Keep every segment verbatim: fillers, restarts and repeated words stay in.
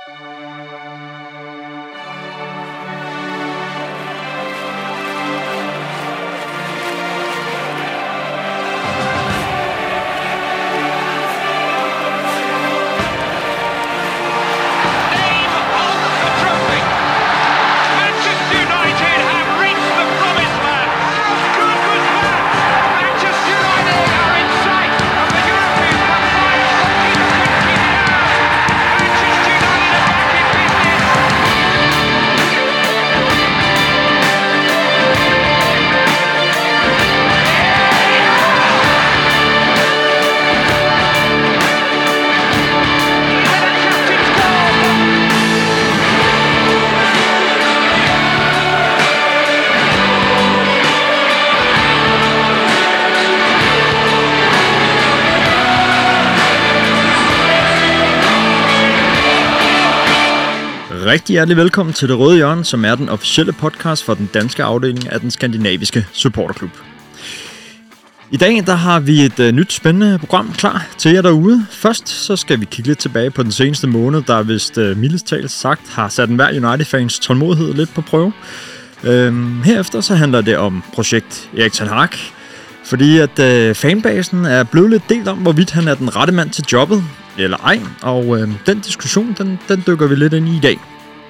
Rigtig hjertelig velkommen til Det Røde Hjørne, som er den officielle podcast for den danske afdeling af den skandinaviske supporterklub. I dag der har vi et uh, nyt spændende program klar til jer derude. Først så skal vi kigge lidt tilbage på den seneste måned, der vist uh, mildest talt sagt har sat enhver United-fans tålmodighed lidt på prøve. Uh, herefter så handler det om projekt Erik ten Hag, fordi at uh, fanbasen er blevet lidt delt om, hvorvidt han er den rette mand til jobbet eller ej, og uh, den diskussion, den, den dykker vi lidt ind i i dag.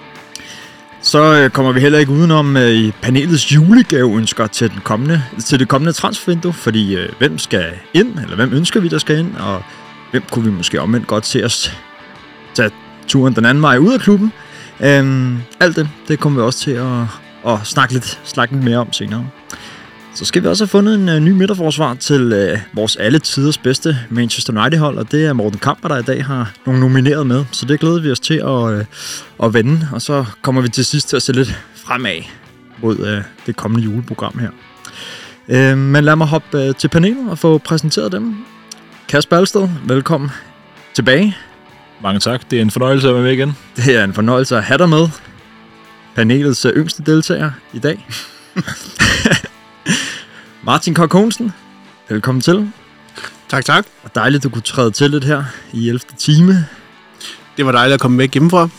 Så uh, kommer vi heller ikke udenom uh, i panelets julegaveønsker til, den kommende, til det kommende transfervindue, fordi uh, hvem skal ind, eller hvem ønsker vi, der skal ind, og hvem kunne vi måske omvendt godt se os tage turen den anden vej ud af klubben. Um, alt det, det kommer vi også til at, at snakke, lidt, snakke lidt mere om senere. Så skal vi også have fundet en uh, ny midterforsvar til uh, vores alle tiders bedste Manchester United-hold, og det er Morten Kamper, der i dag har nogle nomineret med. Så det glæder vi os til at, uh, at vende, og så kommer vi til sidst til at se lidt fremad mod uh, det kommende juleprogram her. Uh, men lad mig hoppe uh, til panelet og få præsenteret dem. Kasper Alsted, velkommen tilbage. Mange tak. Det er en fornøjelse at være med igen. Det er en fornøjelse at have dig med. Panelets uh, yngste deltager i dag. Martin Kork-Honsen, velkommen til. Tak, tak. Og dejligt, du kunne træde til lidt her i ellevte time. Det var dejligt at komme væk hjemmefra.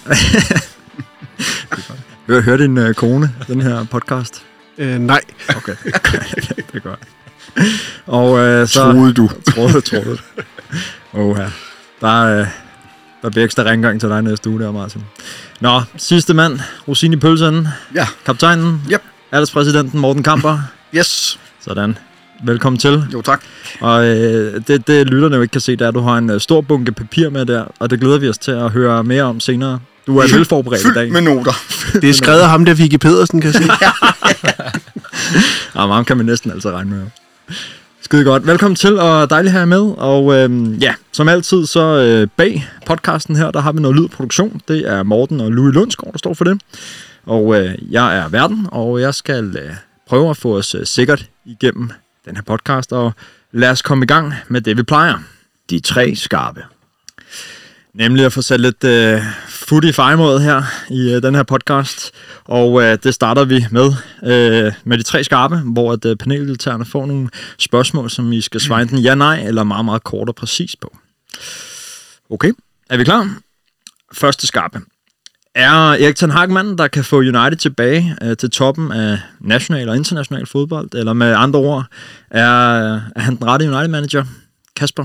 Hør, hør din uh, kone, den her podcast? Øh, nej. Okay, det er godt. Og uh, så... Troede du. Troede, troede. Åh her. Der, uh, der bliver ekstra rengøring til dig næste uge der, Martin. Nå, sidste mand, Rosin i pølsen. Ja. Kaptajnen. Yep. Alderspræsidenten Morten Kamper. Yes. Sådan. Velkommen til. Jo, tak. Og øh, det, det lytterne jo ikke kan se, det er, at du har en øh, stor bunke papir med der, og det glæder vi os til at høre mere om senere. Du er velforberedt i dag. Fyldt med noter. Det er skrevet af ham, der Vicky Pedersen, kan jeg sige. Ja, ham kan man næsten altså regne med. Skide godt. Velkommen til, og dejligt at have med. Og øh, ja, som altid, så øh, bag podcasten her, der har vi noget lydproduktion. Det er Morten og Louis Lundsgaard, der står for det. Og øh, jeg er værten, og jeg skal øh, prøve at få os øh, sikkert igennem den her podcast, og lad os komme i gang med det, vi plejer. De tre skarpe. Nemlig at få sat lidt øh, foot i fejmåde her i øh, den her podcast, og øh, det starter vi med øh, med de tre skarpe, hvor at, øh, paneldeltagerne får nogle spørgsmål, som I skal svare enten ja, nej, eller meget, meget kort og præcis på. Okay, er vi klar? Første skarpe. Er Erik ten Hag manden, der kan få United tilbage øh, til toppen af national og international fodbold? Eller med andre ord, er, er han den rette United-manager? Kasper?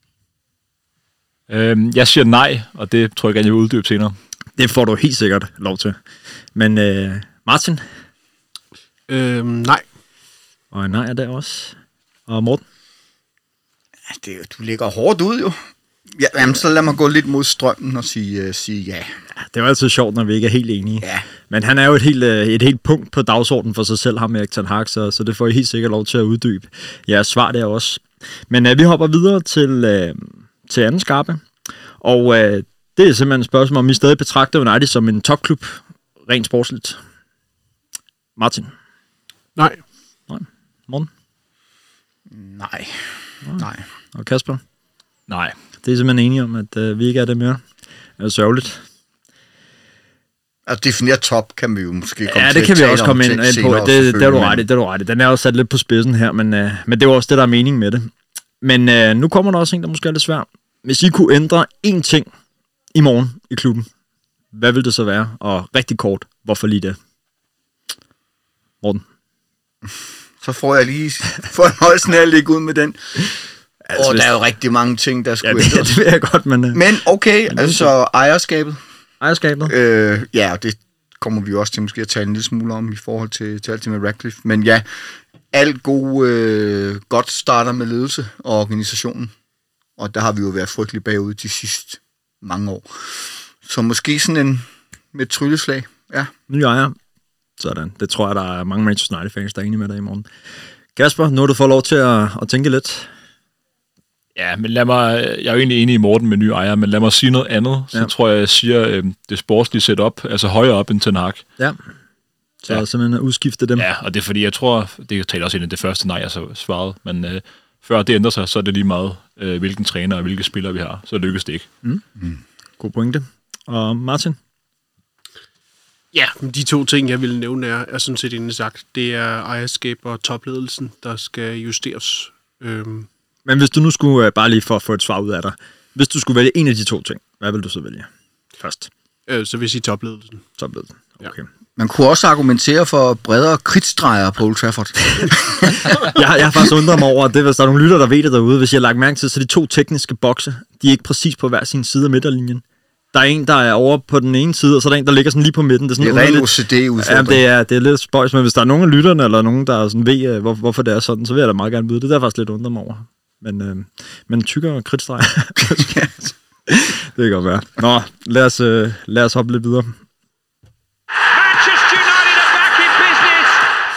Øhm, jeg siger nej, og det tror jeg gerne, jeg vil uddybe senere. Det får du helt sikkert lov til. Men øh, Martin? Øhm, nej. Og nej er der også. Og Morten? Ja, det, du ligger hårdt ud, jo. Ja, jamen, så lad mig gå lidt mod strømmen og sige, uh, sige ja. Ja, det er jo altid sjovt, når vi ikke er helt enige. Ja. Men han er jo et helt, et helt punkt på dagsordenen for sig selv, ham Erik ten Hag, så, så det får I helt sikkert lov til at uddybe. Jeres svar der også. Men uh, vi hopper videre til, uh, til anden skarpe. Og uh, det er simpelthen et spørgsmål, om I stadig betragter United som en topklub, rent sportsligt. Martin? Nej. Nej. Morten? Nej. Nej. Nej. Og Kasper? Nej. Det er simpelthen enige om, at uh, vi ikke er det mere. Det er sørgeligt. At definere top kan vi jo måske komme ja, til det kan vi også komme ind, ind på. Det, det, det er du ret i, det er du ret i. Den er også sat lidt på spidsen her, men, uh, men det er også det, der er mening med det. Men uh, nu kommer der også en, der måske er lidt svær. Hvis I kunne ændre én ting i morgen i klubben, hvad vil det så være? Og rigtig kort, hvorfor lige det? Morten? Så får jeg lige fornøjelsen af at lægge ud med den. Altså, og hvis... der er jo rigtig mange ting, der skulle ja, det, det ved jeg godt, men... Uh... Men okay, men altså ejerskabet. Ejerskabet? Øh, ja, og det kommer vi også til måske at tale en lille smule om i forhold til, til alt det med Radcliffe. Men ja, alt god, øh, godt starter med ledelse og organisationen. Og der har vi jo været frygtelig bagud de sidste mange år. Så måske sådan en med et trylleslag, ja. Ny ejer. Sådan. Det tror jeg, der er mange Manchester United-fans, der er enige med dig i morgen. Kasper, nu har du fået lov til at, at tænke lidt. Ja, men lad mig, jeg er jo egentlig enig i Morten med nye ejer, men lad mig sige noget andet. Så ja. tror jeg, jeg siger øh, det sportslige setup, altså højere op end Ten Hag. Ja, så ja. simpelthen at udskifte dem. Ja, og det er fordi, jeg tror, det taler også ind i det første nej, jeg så svarede, men øh, før det ændrer sig, så er det lige meget, øh, hvilken træner og hvilke spillere vi har, så lykkes det ikke. Mm. Mm. God pointe. Og Martin? Ja, de to ting, jeg vil nævne, er, er sådan set egentlig sagt. Det er ejerskab og topledelsen, der skal justeres. Øhm. Men hvis du nu skulle, bare lige for at få et svar ud af dig, hvis du skulle vælge en af de to ting, hvad vil du så vælge først? Øh, så vil jeg sige topledelsen. Topledelsen, okay. Ja. Man kunne også argumentere for bredere kridtstreger på Old Trafford. jeg, jeg har faktisk undret mig over, at det, hvis der er nogle lytter, der ved det derude, hvis jeg har lagt mærke til, så de to tekniske bokse, de er ikke præcis på hver sin side af midterlinjen. Der er en, der er over på den ene side, og så er der en, der ligger sådan lige på midten. Det er, sådan det er ren O C D-udfordring. Ja, det er, det er lidt spøjs, men hvis der er nogen af lytterne, eller nogen, der sådan ved, hvor, hvorfor det er sådan, så vil jeg da meget gerne vide. Det er der faktisk lidt undret mig over. Men, øh, men tykkere kridtstreg. Det kan godt være. Nå, lad os, øh, lad os hoppe lidt videre. Manchester United are back in business.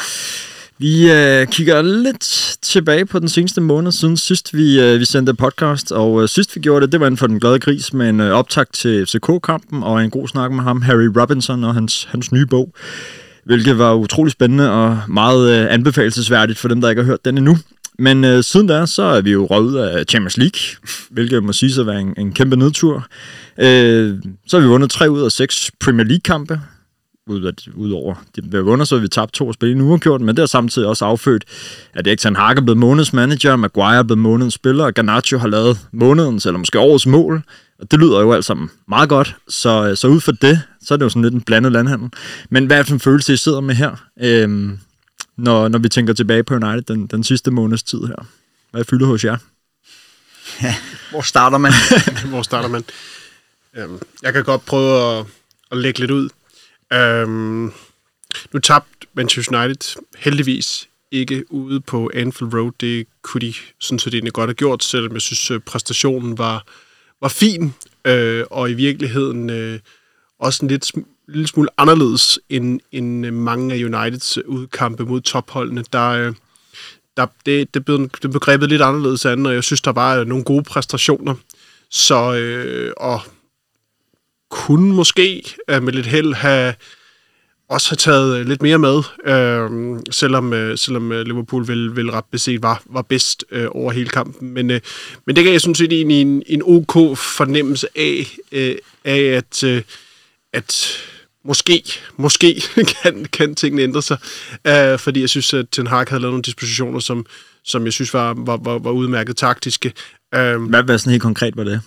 Vi øh, kigger lidt tilbage på den seneste måned siden sidst vi, øh, vi sendte podcast, og øh, sidst vi gjorde det, det var inden for den glade gris med en øh, optakt til F C K-kampen og en god snak med ham, Harry Robinson og hans, hans nye bog, hvilket var utrolig spændende og meget øh, anbefalelsesværdigt for dem, der ikke har hørt den endnu. Men øh, siden da, så er vi jo røget ud af Champions League, hvilket må sige at være en, en kæmpe nedtur. Øh, så har vi vundet tre ud af seks Premier League-kampe. Udover det vi har vundet, så har vi tabt to og spillet en uafgjort, men det har samtidig også affødt, at Erik Ten Hag er blevet månedens manager, Maguire er blevet månedens spiller, og Garnacho har lavet månedens, eller måske årets mål. Og det lyder jo alt sammen meget godt, så, så ud for det, så er det jo sådan lidt en blandet landhandel. Men hvad er det for en følelse, I sidder med her? Øh, Når, når vi tænker tilbage på United den, den sidste måneds tid her. Hvad fylder hos jer? Ja, hvor starter man? hvor starter man? Øhm, jeg kan godt prøve at, at lægge lidt ud. Øhm, nu tabte Manchester United heldigvis ikke ude på Anfield Road. Det kunne de sådan set egentlig godt have gjort, selvom jeg synes, præstationen var, var fin, øh, og i virkeligheden øh, også en lidt lille smule anderledes end, end mange af Uniteds udkampe mod topholdene. Der, der, det, det, blev, det blev grebet lidt anderledes an, og jeg synes, der var nogle gode præstationer. Så, øh, og kunne måske øh, med lidt held have også have taget lidt mere med, øh, selvom, øh, selvom Liverpool vel, vel ret beset var, var bedst øh, over hele kampen. Men, øh, men det gav jeg sådan set egentlig en, en ok fornemmelse af, øh, af at, øh, at Måske, måske kan, kan tingene ændre sig, uh, fordi jeg synes, at Ten Hag havde lavet nogle dispositioner, som, som jeg synes var, var, var, var udmærket taktiske. Uh, hvad, hvad sådan helt konkret var det?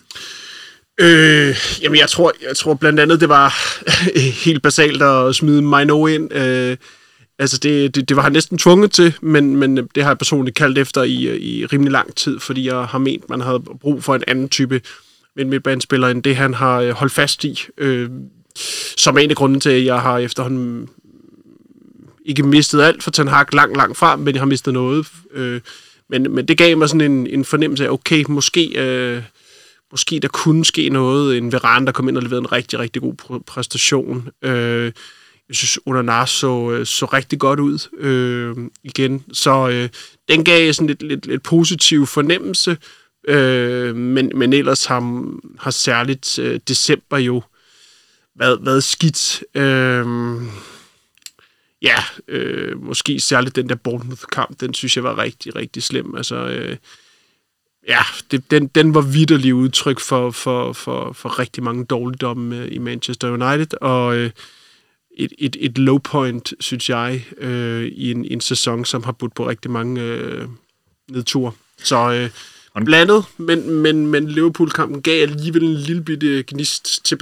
Øh, jamen, jeg tror, jeg tror blandt andet, det var helt basalt at smide Maino ind. Uh, altså, det, det, det var han næsten tvunget til, men, men det har jeg personligt kaldt efter i, i rimelig lang tid, fordi jeg har ment, man havde brug for en anden type midtbanespiller, end det han har holdt fast i. Uh, Som er en af grunden til, at jeg har efterhånden ikke mistet alt for Ten Hag langt, langt frem, men jeg har mistet noget. Øh, men, men det gav mig sådan en, en fornemmelse af, okay, måske, øh, måske der kunne ske noget. En Varane, der kom ind og leverede en rigtig, rigtig god præstation. Øh, jeg synes, Onana så, så rigtig godt ud øh, igen. Så øh, den gav sådan lidt, lidt, lidt positiv fornemmelse. Øh, men, men ellers har, har særligt øh, december jo Hvad, hvad skidt. Øhm, ja, øh, måske særligt den der Bournemouth-kamp, den synes jeg var rigtig, rigtig slem. Altså, øh, ja, det, den, den var vitterlig udtryk for, for, for, for rigtig mange dårligdomme i Manchester United, og øh, et, et, et low point, synes jeg, øh, i en, en sæson, som har budt på rigtig mange øh, nedture. Så øh, blandet, men, men, men Liverpool-kampen gav alligevel en lille bitte gnist tilbage.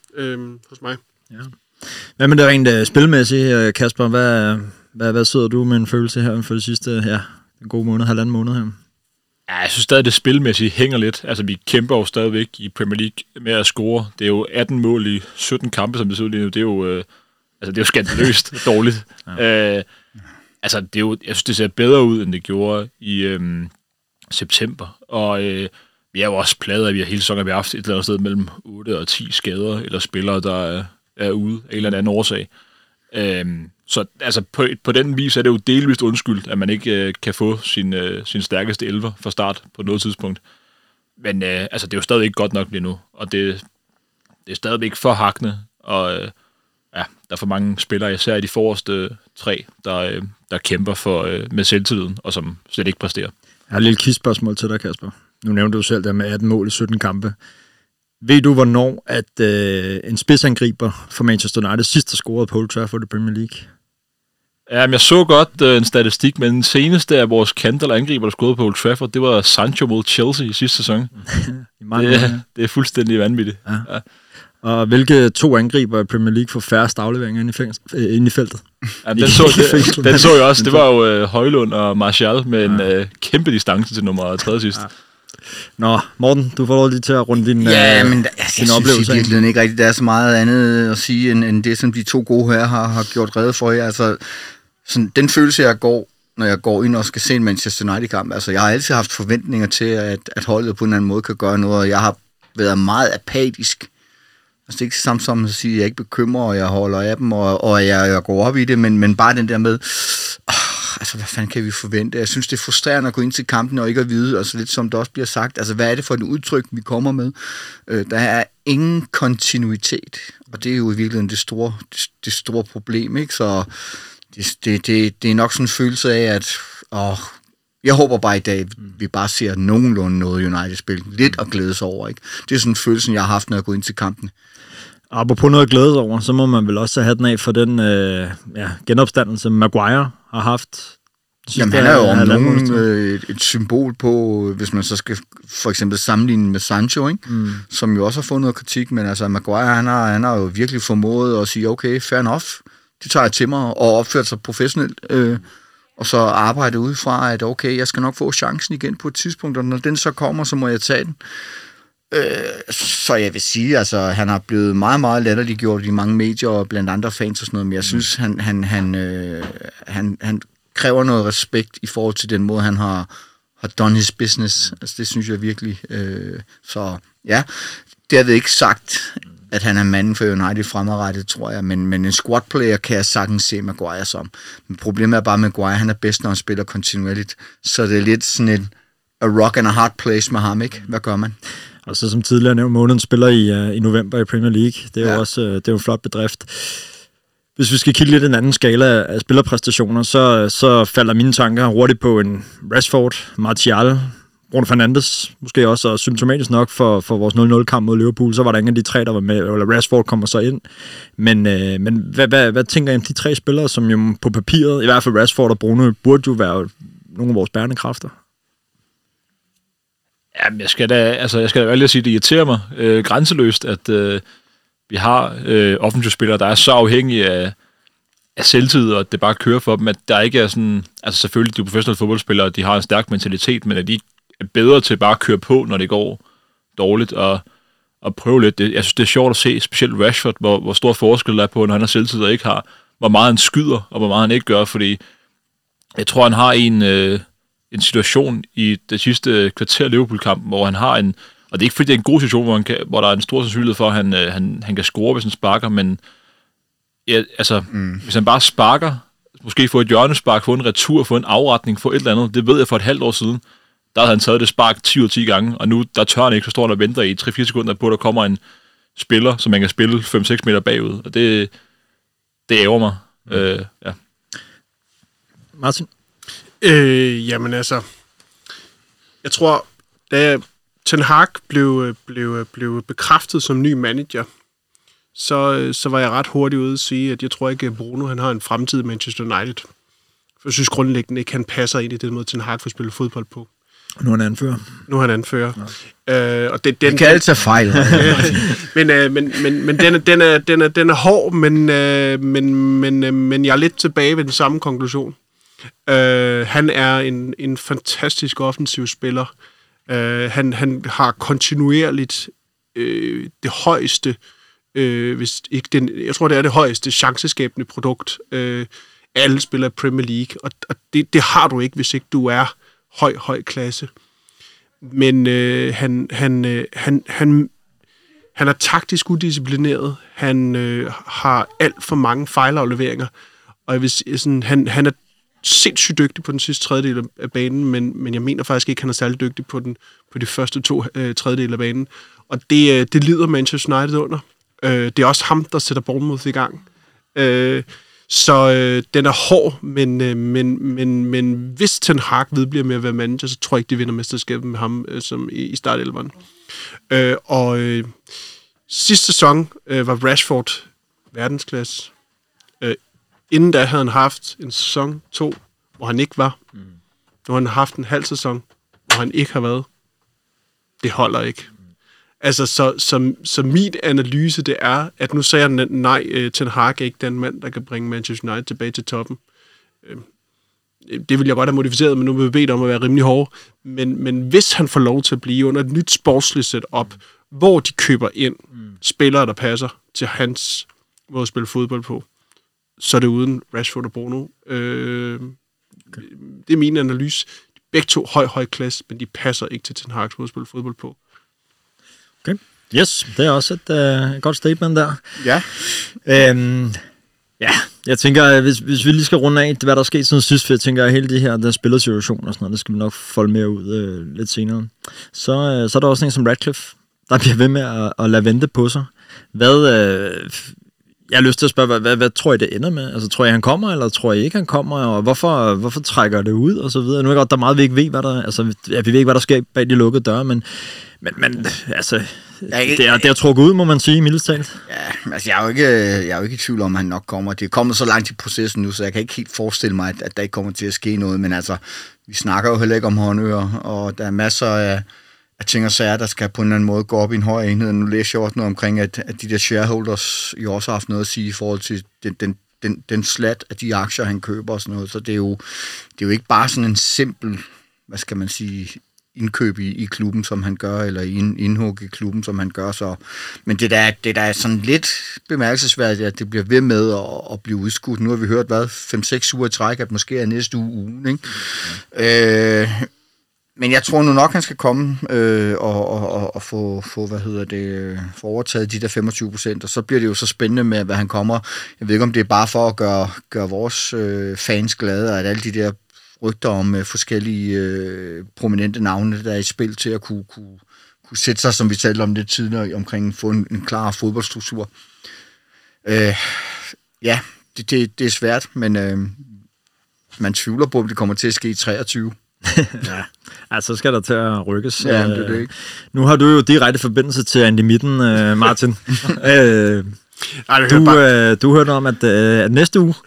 øh, hos mig. Ja. Hvad med det rent uh, spilmæssigt, Kasper? Hvad, hvad, hvad sidder du med en følelse her for det sidste, ja, en god måned, halvanden måned her? Ja, jeg synes stadig, det spilmæssigt hænger lidt. Altså, vi kæmper jo stadigvæk i Premier League med at score. Det er jo atten mål i sytten kampe, som det ser ud lige nu. Det er jo, øh, altså, det er jo skandaløst dårligt. Ja. Øh, altså, det er jo, jeg synes, det ser bedre ud, end det gjorde i øh, september. Og øh, vi er jo også plaget af, at vi har hele sæsonen vi har haft et eller andet sted mellem otte og ti skader, eller spillere, der er, er ude af en eller anden årsag. Øh, Så altså, på, på den vis er det jo delvist undskyldt, at man ikke øh, kan få sin, øh, sin stærkeste elver fra start på noget tidspunkt. Men øh, altså, det er jo stadig ikke godt nok lige nu, og det, det er stadig ikke for hakkende, og øh, ja, der er for mange spillere, især i de forreste øh, tre, der, øh, der kæmper for, øh, med selvtilliden, og som slet ikke præsterer. Jeg har et lille kistspørgsmål til dig, Kasper. Nu nævnte du selv der med atten mål i sytten kampe. Ved du, hvornår at øh, en spidsangriber for Manchester United sidst har scoret på Old Trafford i Premier League? Ja, men jeg så godt øh, en statistik, men den seneste af vores kanter eller angriber, der scorede på Old Trafford, det var Sancho mod Chelsea i sidste sæson. det, det er fuldstændig vanvittigt. Ja. Ja. Og hvilke to angriber i Premier League får færrest afleveringer inde i, fæng- øh, inde i feltet? Ja, den, så, det, den så jeg også. Det var jo øh, Højlund og Martial med en øh, kæmpe distance til nummer tredje sidst. Ja. Nå, Morten, du får lov lige til at runde din, ja, øh, men jeg, jeg synes i virkeligheden ikke rigtigt, der er så meget andet at sige, end, end det, som de to gode her har, har gjort rede for jer. Altså, sådan, den følelse, jeg går, når jeg går ind og skal se en Manchester United-kamp, altså, jeg har altid haft forventninger til, at, at holdet på en eller anden måde kan gøre noget, og jeg har været meget apatisk. Altså, det er ikke samt som at sige, at jeg ikke bekymrer, og jeg holder af dem, og, og jeg, jeg går op i det, men, men bare den der med... Oh, altså, hvad fanden kan vi forvente? Jeg synes, det er frustrerende at gå ind til kampen og ikke at vide, altså lidt som det også bliver sagt, altså hvad er det for et udtryk, vi kommer med? Øh, der er ingen kontinuitet, og det er jo i virkeligheden det store, det, det store problem, ikke? Så det, det, det, det er nok sådan en følelse af, at åh, jeg håber bare i dag, at vi bare ser nogenlunde noget United-spil, lidt at glæde sig over, ikke? Det er sådan en følelse, jeg har haft, når jeg går ind til kampen. Apropos noget at glæde sig over, så må man vel også have den af for den øh, ja, genopstandelse, Maguire har haft. Jamen, han er jo om nogen øh, et, et symbol på, hvis man så skal for eksempel sammenligne med Sancho, ikke? Mm. Som jo også har fået noget kritik, men altså Maguire, han har, han har jo virkelig formået at sige, okay, fair enough, det tager jeg til mig, og opført sig professionelt, øh, og så arbejde ud fra, at okay, jeg skal nok få chancen igen på et tidspunkt, og når den så kommer, så må jeg tage den. Øh, så jeg vil sige, altså, han har blevet meget, meget latterliggjort i mange medier, og blandt andre fans og sådan noget, men jeg synes, han, han, han, øh, han, han kræver noget respekt i forhold til den måde, han har, har done his business. Altså, det synes jeg virkelig. Øh, så ja, det har vi ikke sagt, at han er manden for United fremadrettet, tror jeg, men, men en squad player kan jeg sagtens se Maguire som. Men problemet er bare, at Maguire, han er bedst, når han spiller kontinuerligt. Så det er lidt sådan en a rock and a hard place med ham, ikke? Hvad gør man? Og så som tidligere nævnt, måneden spiller i, uh, i november i Premier League. Det er ja. jo også uh, det er jo en flot bedrift. Hvis vi skal kigge lidt en anden skala af spillerpræstationer, så, så falder mine tanker hurtigt på en Rashford, Martial, Bruno Fernandes, måske også, og symptomatisk nok for, for vores nul nul-kamp mod Liverpool, så var der ingen af de tre, der var med, eller Rashford kommer så ind. Men, øh, men hvad, hvad, hvad tænker I om de tre spillere, som jo på papiret, i hvert fald Rashford og Bruno, burde jo være nogle af vores bærende kræfter? Jamen, jeg skal da, altså, jeg skal da ærligt sige, det irriterer mig øh, grænseløst, at øh, vi har øh, offensive spillere, der er så afhængige af, af selvtid, og det bare kører for dem, at der ikke er sådan... Altså selvfølgelig, de professionelle fodboldspillere, de har en stærk mentalitet, men at de er bedre til bare at køre på, når det går dårligt, og, og prøve lidt. Det, jeg synes, det er sjovt at se, specielt Rashford, hvor, hvor stor forskel der er på, når han har selvtid og ikke har, hvor meget han skyder, og hvor meget han ikke gør, fordi jeg tror, han har en... Øh, en situation i det sidste kvarter Liverpool-kampen, hvor han har en, og det er ikke fordi det er en god situation, hvor, han kan, hvor der er en stor sandsynlighed for, at han, han, han kan score, hvis han sparker, men ja, altså, mm. hvis han bare sparker, måske få et hjørnespark, få en retur, få en afretning, få et eller andet, det ved jeg for et halvt år siden, der havde han taget det spark ti ud af ti gange, og nu der tør han ikke, så står han og venter i tre fire sekunder på, at der kommer en spiller, som man kan spille fem seks meter bagud, og det, det ærger mig. Mm. Øh, ja. Martin? Øh, jamen altså, jeg tror, da Ten Hag blev, blev, blev bekræftet som ny manager, så, så var jeg ret hurtigt ude at sige, at jeg tror ikke, at Bruno han har en fremtid i Manchester United. For jeg synes grundlæggende ikke, han passer ind i den måde, Ten Hag får spillet fodbold på. Nu er han anfører. Nu er han anfører. Ja. Øh, og det, den, det kan altid tage fejl. men, øh, men, men, men den, er, den, er, den, er, den er hård, men, øh, men, men, øh, men jeg er lidt tilbage ved den samme konklusion. Øh, han er en, en fantastisk offensiv spiller. Øh, han, han har kontinuerligt øh, det højeste, øh, hvis ikke den, jeg tror det er det højeste chanceskabende produkt. Øh, alle spiller i Premier League, og, og det, det har du ikke, hvis ikke du er høj, høj klasse. Men øh, han, han, øh, han, han, han er taktisk udisciplineret. Han øh, har alt for mange fejlafleveringer, og jeg vil sige, sådan, han, han er sindssygt dygtig på den sidste tredjedel af banen, men, men jeg mener faktisk ikke, at han er særlig dygtig på, den, på de første to øh, tredjedel af banen. Og det, øh, det lider Manchester United under. Øh, det er også ham, der sætter Bournemouth i gang. Øh, så øh, den er hård, men, øh, men, men, men hvis Ten Hag vedbliver med at være manager, så tror jeg ikke, de vinder mesterskabet med ham øh, som i, i startelveren. Øh, og øh, sidste sæson øh, var Rashford verdensklasse. Øh, inden da havde han haft en sæson to, hvor han ikke var. Mm. Nu har han haft en halv sæson, hvor han ikke har været. Det holder ikke. Mm. Altså, så, så, så min analyse, det er, at nu sagde jeg, nej, Ten Hag er ikke den mand, der kan bringe Manchester United tilbage til toppen. Det vil jeg godt have modificeret, men nu vil vi bede om at være rimelig hårde. Men, men hvis han får lov til at blive under et nyt sportsligt setup, mm. hvor de køber ind mm. spillere, der passer til hans måde at spille fodbold på, så er det uden Rashford og Bruno. Øh, okay. Det er min analyse. Begge to høj, høj klasse, men de passer ikke til Ten Hag's måde at spille fodbold på. Okay. Yes, det er også et øh, godt statement der. Ja. Øhm, ja, jeg tænker, hvis, hvis vi lige skal runde af, hvad der er sket siden sidst, for jeg tænker, at hele det her, der spillersituation og sådan noget, det skal vi nok folde mere ud øh, lidt senere. Så, øh, så er der også en som Radcliffe, der bliver ved med at, at lade vente på sig. Hvad... Øh, Jeg har lyst til at spørge, hvad, hvad, hvad tror I, det ender med? Altså, tror I, han kommer, eller tror I ikke, han kommer? Og hvorfor, hvorfor trækker det ud, og så videre? Nu er det godt, der er meget, vi ikke ved, hvad der... Altså, ja, vi ved ikke, hvad der sker bag de lukkede døre, men... Men, men altså... Det er, det er trukket ud, må man sige, mildest talt. Ja, altså, jeg er jo ikke, jeg er jo ikke i tvivl om, at han nok kommer. Det er kommet så langt i processen nu, så jeg kan ikke helt forestille mig, at, at der ikke kommer til at ske noget. Men altså, vi snakker jo heller ikke om håndører, og der er masser af... Jeg tænker så er, der skal på en eller anden måde gå op i en høj enhed. Nu læser jeg også noget omkring, at, at de der shareholders jo også har haft noget at sige i forhold til den, den, den, den slat af de aktier, han køber og sådan noget. Så det er jo, det er jo ikke bare sådan en simpel, hvad skal man sige, indkøb i, i klubben, som han gør, eller ind, indhug i klubben, som han gør. Så. Men det der, det der er sådan lidt bemærkelsesværdigt, at det bliver ved med at, at blive udskudt. Nu har vi hørt, hvad, fem seks uger i træk, at måske er næste uge ugen, ikke? Ja. Øh, Men jeg tror nu nok, han skal komme øh, og, og, og få, få, hvad hedder det, få overtaget de der femogtyve procent, og så bliver det jo så spændende med, hvad han kommer. Jeg ved ikke, om det er bare for at gøre, gøre vores øh, fans glade, at alle de der rygter om øh, forskellige øh, prominente navne, der er i spil til at kunne, kunne, kunne sætte sig, som vi talte om lidt tidligere, omkring at få en, en klar fodboldstruktur. Øh, ja, det, det, det er svært, men øh, man tvivler på, om det kommer til at ske i treogtyve. Ja, altså skal der til at rykkes. Ja, det er det ikke. Nu har du jo direkte forbindelse til Andy Mitten, Martin. øh, Ej, du, bare... øh, du hørte om, at, øh, at næste uge...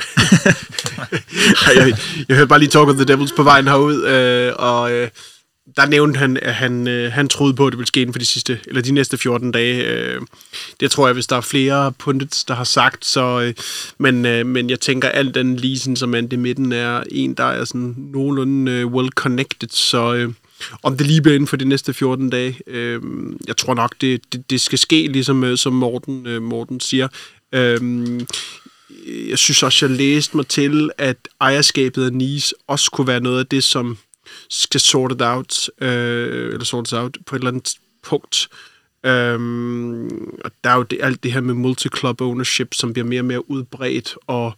Ej, jeg, jeg hørte bare lige Talk of the Devils på vejen herud, øh, og øh, der nævnte han, at han, øh, han troede på, at det ville ske inden for de sidste, eller de næste fjorten dage. Øh, det tror jeg, hvis der er flere pundits, der har sagt. Så, øh, men, øh, men jeg tænker, alt den leasen, som Andy Mitten er en, der er sådan nogenlunde øh, well-connected, så øh, om det lige bliver inden for de næste fjorten dage, øh, jeg tror nok, det, det, det skal ske, ligesom øh, som Morten, øh, Morten siger. Øh, jeg synes også, jeg læste mig til, at ejerskabet af Nice også kunne være noget af det, som skal sorted out, øh, eller sorted out på et eller andet punkt. Øhm, og der er jo det, alt det her med multi-club ownership, som bliver mere og mere udbredt, og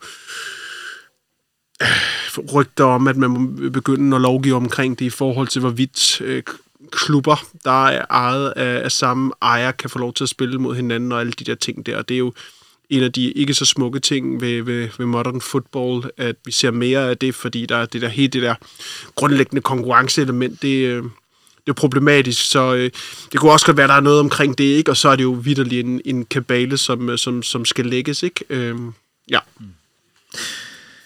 øh, rygter om, at man må begynde at lovgive omkring det i forhold til, hvorvidt øh, klubber, der er ejet af, af samme ejer, kan få lov til at spille mod hinanden, og alle de der ting der. Og det er jo en af de ikke så smukke ting ved, ved, ved modern football, at vi ser mere af det, fordi der er det der helt det der grundlæggende konkurrenceelement, det, det er problematisk, så øh, det kunne også godt være, at der er noget omkring det, ikke? Og så er det jo vitterlig en, en kabale, som, som, som skal lægges, ikke? Øh, ja.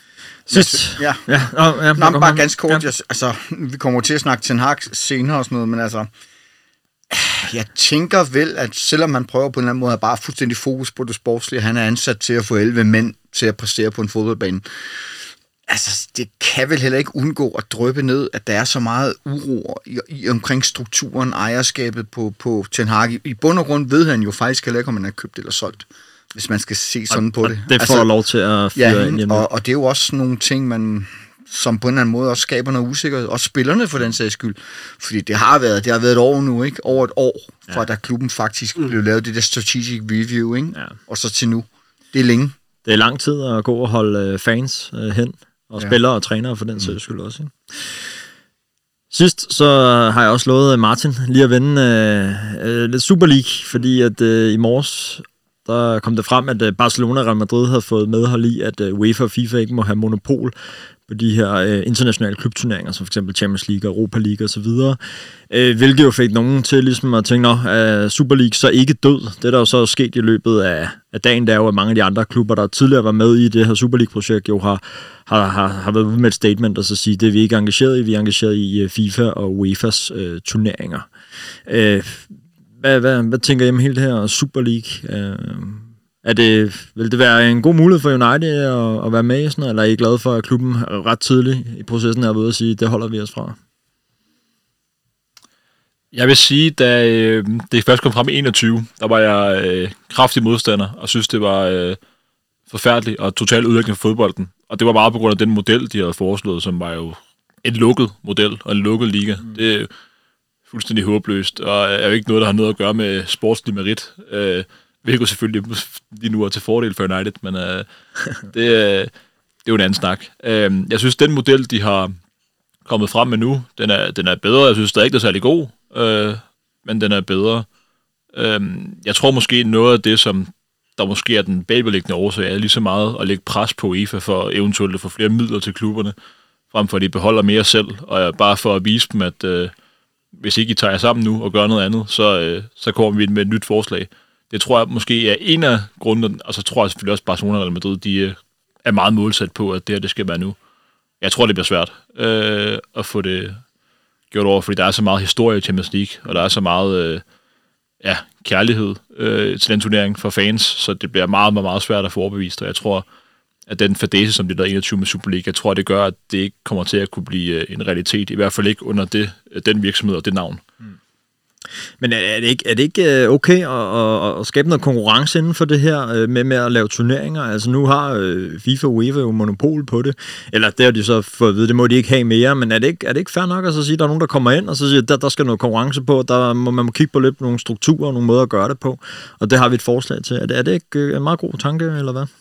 Sidst. Ja. Ja, oh, ja, Nå, bare man. ganske kort. Ja. Ja. Altså, vi kommer til at snakke Ten Hag senere og sådan noget, men altså, jeg tænker vel, at selvom man prøver på en eller anden måde at bare fuldstændig fokus på det sportslige, han er ansat til at få elleve mænd til at præstere på en fodboldbane. Altså, det kan vel heller ikke undgå at dryppe ned, at der er så meget uro i, i omkring strukturen, ejerskabet på, på Ten Hag. I, I bund og grund ved han jo faktisk heller ikke, om man er købt eller solgt, hvis man skal se sådan og, på og det. det får altså, lov til at fyre ja, ind hjemme. Og, og det er jo også nogle ting, man som på en eller anden måde også skaber noget usikkerhed. Også spillerne for den sags skyld. Fordi det har været, det har været et år nu, ikke? Over et år, fra ja. da klubben faktisk mm. blev lavet det der strategic review, ikke? Ja. Og så til nu. Det er længe. Det er lang tid at gå og holde fans øh, hen. Og ja. spillere og trænere for den sags skyld også. Ikke? Sidst så har jeg også lovet Martin lige at vende øh, lidt Super League, fordi at øh, i morges der kom det frem, at Barcelona og Real Madrid havde fået medhold i, at øh, UEFA og FIFA ikke må have monopol på de her øh, internationale klubturneringer, som for eksempel Champions League, Europa League og så videre. Øh, hvilket jo fik nogen til ligesom at tænke, at Super League så ikke død. Det der jo så er sket i løbet af, af dagen, der er jo, at mange af de andre klubber, der tidligere var med i det her Super League-projekt, jo har, har, har, har været ude med et statement, og så sige, det er vi ikke engageret i, vi er engageret i FIFA og UEFA's øh, turneringer. Øh, hvad, hvad, hvad tænker I om hele det her Super League? Øh, Er det, vil det være en god mulighed for United at, at være med i sådan noget, eller er I glade for, at klubben ret tidligt i processen er ved at sige, det holder vi os fra? Jeg vil sige, da øh, det først kom frem i enogtyve, der var jeg øh, kraftig modstander, og synes, det var øh, forfærdeligt og totalt udlæggende for fodbolden. Og det var meget på grund af den model, de havde foreslået, som var jo en lukket model og en lukket liga. Mm. Det er fuldstændig håbløst, og er jo ikke noget, der har noget at gøre med sportslig merit. Øh, Hvilket selvfølgelig lige nu er til fordel for United, men øh, det, øh, det er jo en anden snak. Øh, jeg synes, den model, de har kommet frem med nu, den er, den er bedre. Jeg synes, det er ikke særlig god, øh, men den er bedre. Øh, jeg tror måske noget af det, som der måske er den bagvedliggende årsag, er lige så meget at lægge pres på UEFA for eventuelt at få flere midler til klubberne, frem for at de beholder mere selv, og bare for at vise dem, at øh, hvis ikke I tager jer sammen nu og gør noget andet, så, øh, så kommer vi med et nyt forslag. Det tror jeg måske er en af grundene, og så tror jeg selvfølgelig også, at Barcelona og Real Madrid, de er meget målsat på, at det her, det skal være nu. Jeg tror, det bliver svært øh, at få det gjort over, fordi der er så meget historie i Champions League, og der er så meget øh, ja, kærlighed øh, til den turnering for fans, så det bliver meget, meget, meget svært at få overbevist, og jeg tror, at den fadese, som det der enogtyve med Super League, jeg tror, det gør, at det ikke kommer til at kunne blive en realitet, i hvert fald ikke under det, den virksomhed og det navn. Mm. Men er det ikke, er det ikke okay at, at, at skabe noget konkurrence inden for det her med, med at lave turneringer? Altså nu har FIFA og UEFA jo monopol på det, eller det har de så fået at vide, det må de ikke have mere, men er det ikke, er det ikke fair nok at så sige, at der er nogen, der kommer ind og så siger, at der, der skal noget konkurrence på, der må man må kigge på lidt nogle strukturer og nogle måder at gøre det på, og det har vi et forslag til. Er det, er det ikke en meget god tanke, eller hvad?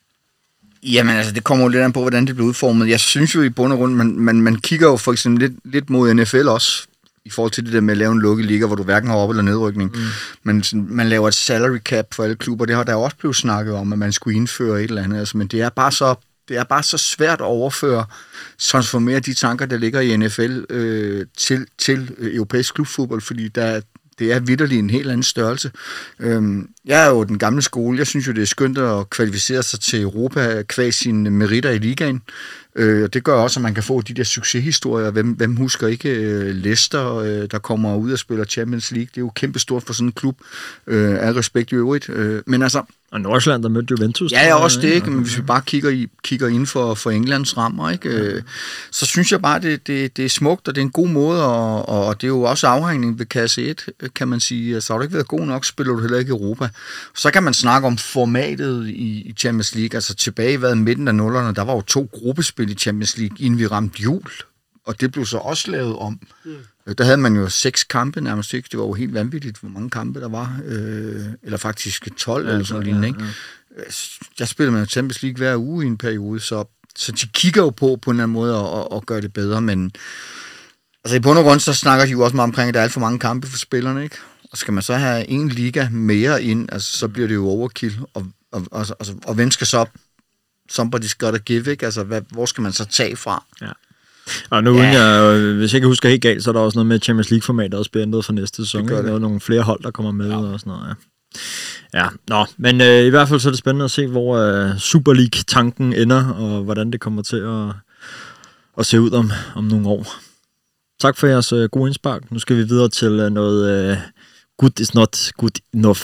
Jamen altså, det kommer jo lidt an på, hvordan det bliver udformet. Jeg synes jo i bund og grund, man, man, man kigger jo for eksempel lidt, lidt mod N F L også, i forhold til det der med at lave en lukket liga, hvor du hverken har op- eller nedrykning. Mm. Men man laver et salary cap for alle klubber. Det har der også blevet snakket om, at man skulle indføre et eller andet. Altså, men det er bare så, det er bare så svært at overføre, transformere de tanker, der ligger i N F L øh, til, til europæisk klubfodbold, fordi der, det er vitterligt en helt anden størrelse. Øhm, jeg er jo den gamle skole. Jeg synes jo, det er skønt at kvalificere sig til Europa kvæg sine meritter i ligaen. Øh, og det gør også, at man kan få de der succeshistorier. Hvem, hvem husker ikke øh, Leicester, øh, der kommer ud og spiller Champions League? Det er jo kæmpestort for sådan en klub. Øh, af respekt i øvrigt. Øh, men altså... Og Nordsjælland, der mødte Juventus. Ja, ja, også det, ikke? Men hvis vi bare kigger, i, kigger inden for, for Englands rammer, ikke? Øh, så synes jeg bare, det, det, det er smukt, og det er en god måde, og, og det er jo også afhængning ved kasse et, kan man sige. Så har du ikke været god nok, spiller du heller ikke i Europa. Så kan man snakke om formatet i, i Champions League. Altså tilbage i hvad, midten af nullerne, der var jo to gruppespil i Champions League, inden vi ramte jul. Og det blev så også lavet om. Mm. Der havde man jo seks kampe nærmest, ikke? Det var jo helt vanvittigt, hvor mange kampe der var. Øh, eller faktisk tolv ja, eller sådan noget, ja, ikke? Ja. Jeg spillede med Champions League hver uge i en periode, så, så de kigger jo på på en eller anden måde at, at, at gøre det bedre, men altså i bund og grund, så snakker de jo også meget omkring, at der er alt for mange kampe for spillerne, ikke? Og skal man så have en liga mere ind, altså så bliver det jo overkill, og, og, og, og, og hvem skal så somebody's gotta give, ikke? Altså hvad, hvor skal man så tage fra? Ja. Og nu, ja. jeg, hvis jeg ikke husker helt galt, så er der også noget med Champions League-formatet også bliver ændret for næste sæson. Der er nogle flere hold, der kommer med ja. og sådan noget, ja. Ja, nå, men øh, i hvert fald så er det spændende at se, hvor øh, Super League-tanken ender, og hvordan det kommer til at, at se ud om, om nogle år. Tak for jeres øh, gode indspark. Nu skal vi videre til øh, noget øh, good is not good enough.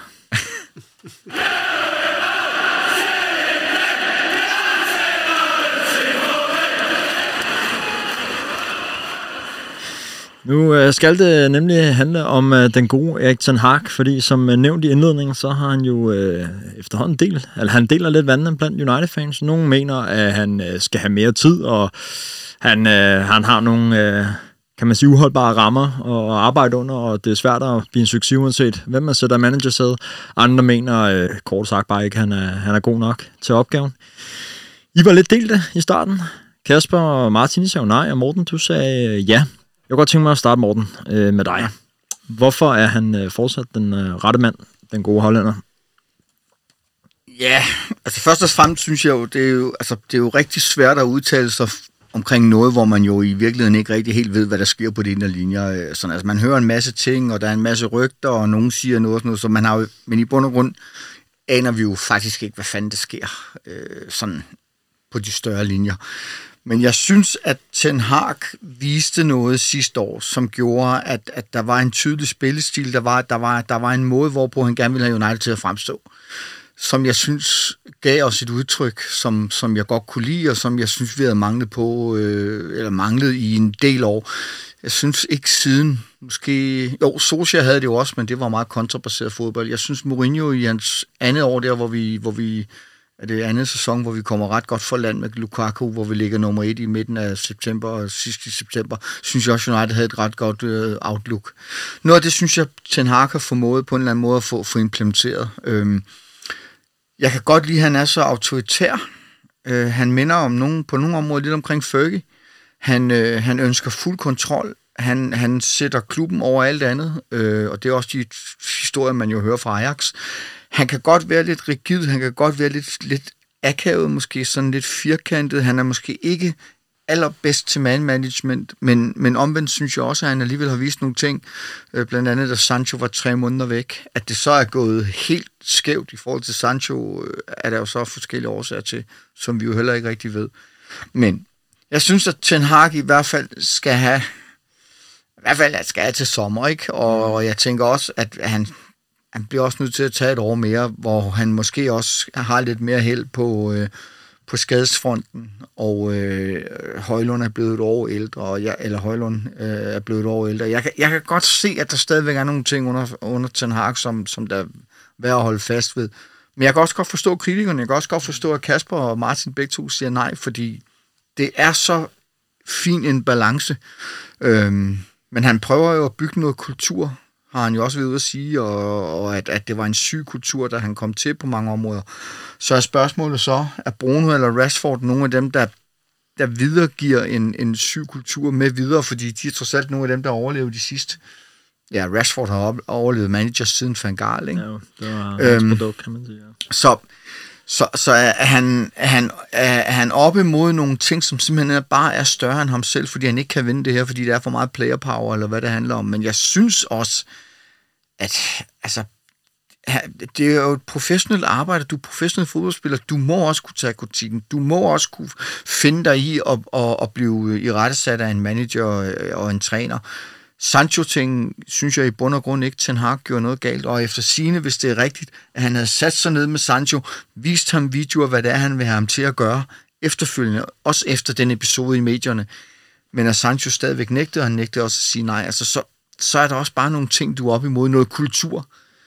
Nu øh, skal det nemlig handle om øh, den gode Erik ten Hag, fordi som øh, nævnt i indledningen, så har han jo øh, efterhånden del, eller han deler lidt vandene blandt United-fans. Nogle mener, at han øh, skal have mere tid, og han, øh, han har nogle, øh, kan man sige, uholdbare rammer at arbejde under, og det er svært at blive en succes, uanset hvem man sætter managersæde. Andre mener, øh, kort sagt bare ikke, at han er, han er god nok til opgaven. I var lidt delte i starten. Kasper og Martin sagde nej, og Morten, du sagde øh, ja. Jeg kunne godt tænke mig at starte, Morten, øh, med dig. Hvorfor er han øh, fortsat den øh, rette mand, den gode hollænder? Ja, altså først og fremmest synes jeg jo, det er jo, altså, det er jo rigtig svært at udtale sig omkring noget, hvor man jo i virkeligheden ikke rigtig helt ved, hvad der sker på de ene linjer. Sådan, altså, man hører en masse ting, og der er en masse rygter, og nogen siger noget og sådan noget, så man har jo, men i bund og grund aner vi jo faktisk ikke, hvad fanden der sker øh, sådan på de større linjer. Men jeg synes, at Ten Hag viste noget sidste år, som gjorde, at, at der var en tydelig spillestil, der var, der, var, der var en måde, hvorpå han gerne ville have United til at fremstå, som jeg synes gav os et udtryk, som, som jeg godt kunne lide, og som jeg synes, vi havde manglet på, øh, eller manglet i en del år. Jeg synes ikke siden, måske... Jo, Solskjaer havde det jo også, men det var meget kontrabaseret fodbold. Jeg synes, Mourinho i hans andet år der, hvor vi... Hvor vi er det andet sæson, hvor vi kommer ret godt for land med Lukaku, hvor vi ligger nummer et i midten af september og sidst i september, synes jeg også, United havde et ret godt uh, outlook. Noget af det, synes jeg, Ten Hag har formået på en eller anden måde at få, få implementeret. Øhm, jeg kan godt lide, at han er så autoritær. Øh, han minder om nogen, på nogle områder lidt omkring Fergie. Han, øh, han ønsker fuld kontrol. Han, han sætter klubben over alt andet, øh, og det er også de historier, man jo hører fra Ajax. Han kan godt være lidt rigid, han kan godt være lidt, lidt akavet, måske sådan lidt firkantet. Han er måske ikke allerbedst til man-management, men, men omvendt synes jeg også, at han alligevel har vist nogle ting, øh, blandt andet da Sancho var tre måneder væk. At det så er gået helt skævt i forhold til Sancho, øh, er der jo så forskellige årsager til, som vi jo heller ikke rigtig ved. Men jeg synes, at Ten Hag i hvert fald skal have, i hvert fald skal have til sommer, ikke? Og jeg tænker også, at han... Han bliver også nødt til at tage et år mere, hvor han måske også har lidt mere held på, øh, på skadesfronten, og øh, Højlund er blevet et år ældre, og jeg, eller Højlund øh, er blevet et år ældre. Jeg kan, jeg kan godt se, at der stadigvæk er nogle ting under, under Ten Hag, som, som der er værd at holde fast ved. Men jeg kan også godt forstå kritikerne, jeg kan også godt forstå, at Kasper og Martin begge to siger nej, fordi det er så fin en balance. Øhm, men han prøver jo at bygge noget kultur, har han jo også ved ude at sige, og, og at, at det var en syg kultur, der han kom til på mange områder. Så er spørgsmålet så, er Bruno eller Rashford nogle af dem, der, der videregiver en, en syg kultur med videre, fordi de er trods alt nogle af dem, der overlevede de sidste. Ja, Rashford har op, overlevet manager siden Van Gaal, ikke? Ja, det var hans øhm, produkt, kan man sige. Ja. Så, så, så er, han, han, er han oppe mod nogle ting, som simpelthen bare er større end ham selv, fordi han ikke kan vinde det her, fordi der er for meget player power, eller hvad det handler om. Men jeg synes også, at altså, det er jo et professionelt arbejde. Du er professionel fodboldspiller. Du må også kunne tage kritikken. Du må også kunne finde dig i at, at, at blive irettesat af en manager og en træner. Sancho-ting, synes jeg i bund og grund ikke, Ten Hag gjorde noget galt, og efter sigende, hvis det er rigtigt, at han havde sat sig ned med Sancho, vist ham videoer, hvad det er, han vil have ham til at gøre, efterfølgende, også efter den episode i medierne. Men at Sancho stadigvæk nægtede, og han nægtede også at sige nej, altså så, så er der også bare nogle ting, du er op imod, noget kultur.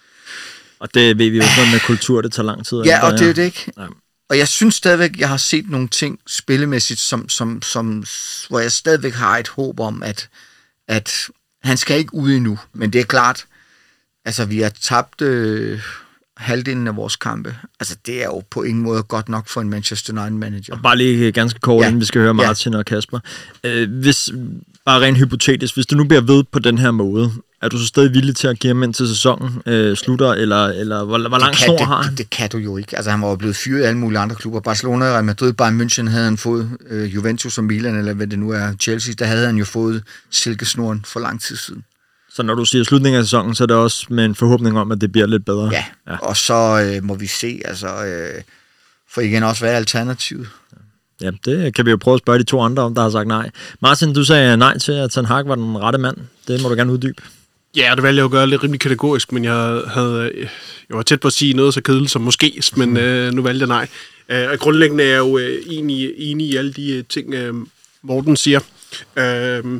Og det ved vi jo sådan med kultur, det tager lang tid. Ja, og det er det ikke. Ja. Og jeg synes stadigvæk, jeg har set nogle ting spillemæssigt, som, som, som, hvor jeg stadigvæk har et håb om, at, at han skal ikke ud endnu, men det er klart, altså vi har tabt øh, halvdelen af vores kampe. Altså det er jo på ingen måde godt nok for en Manchester United-manager. Og bare lige ganske kort, ja. Inden vi skal høre Martin ja. og Kasper. Øh, hvis, bare rent hypotetisk, hvis du nu bliver ved på den her måde, er du så stadig villig til at give ham ind til sæsonen øh, slutter, eller, eller hvor, hvor lang snor har han? Det, det kan du jo ikke. Altså han var jo blevet fyret i alle mulige andre klubber. Barcelona, Real Madrid, Bayern München havde han fået, øh, Juventus og Milan, eller hvad det nu er, Chelsea, der havde han jo fået silkesnoren for lang tid siden. Så når du siger slutningen af sæsonen, så er det også med en forhåbning om, at det bliver lidt bedre? Ja, ja. Og så øh, må vi se, altså, øh, for igen også, hvad er alternativet? Ja, det kan vi jo prøve at spørge de to andre om, der har sagt nej. Martin, du sagde nej til, at Ten Hag var den rette mand. Det må du gerne uddybe. Ja, det valgte jeg jo at gøre lidt rimelig kategorisk, men jeg havde jeg var tæt på at sige noget så kedeligt som måske, men øh, nu valgte jeg nej. Øh, og grundlæggende er jeg jo øh, enig, enig i alle de øh, ting, øh, Morten siger. Øh,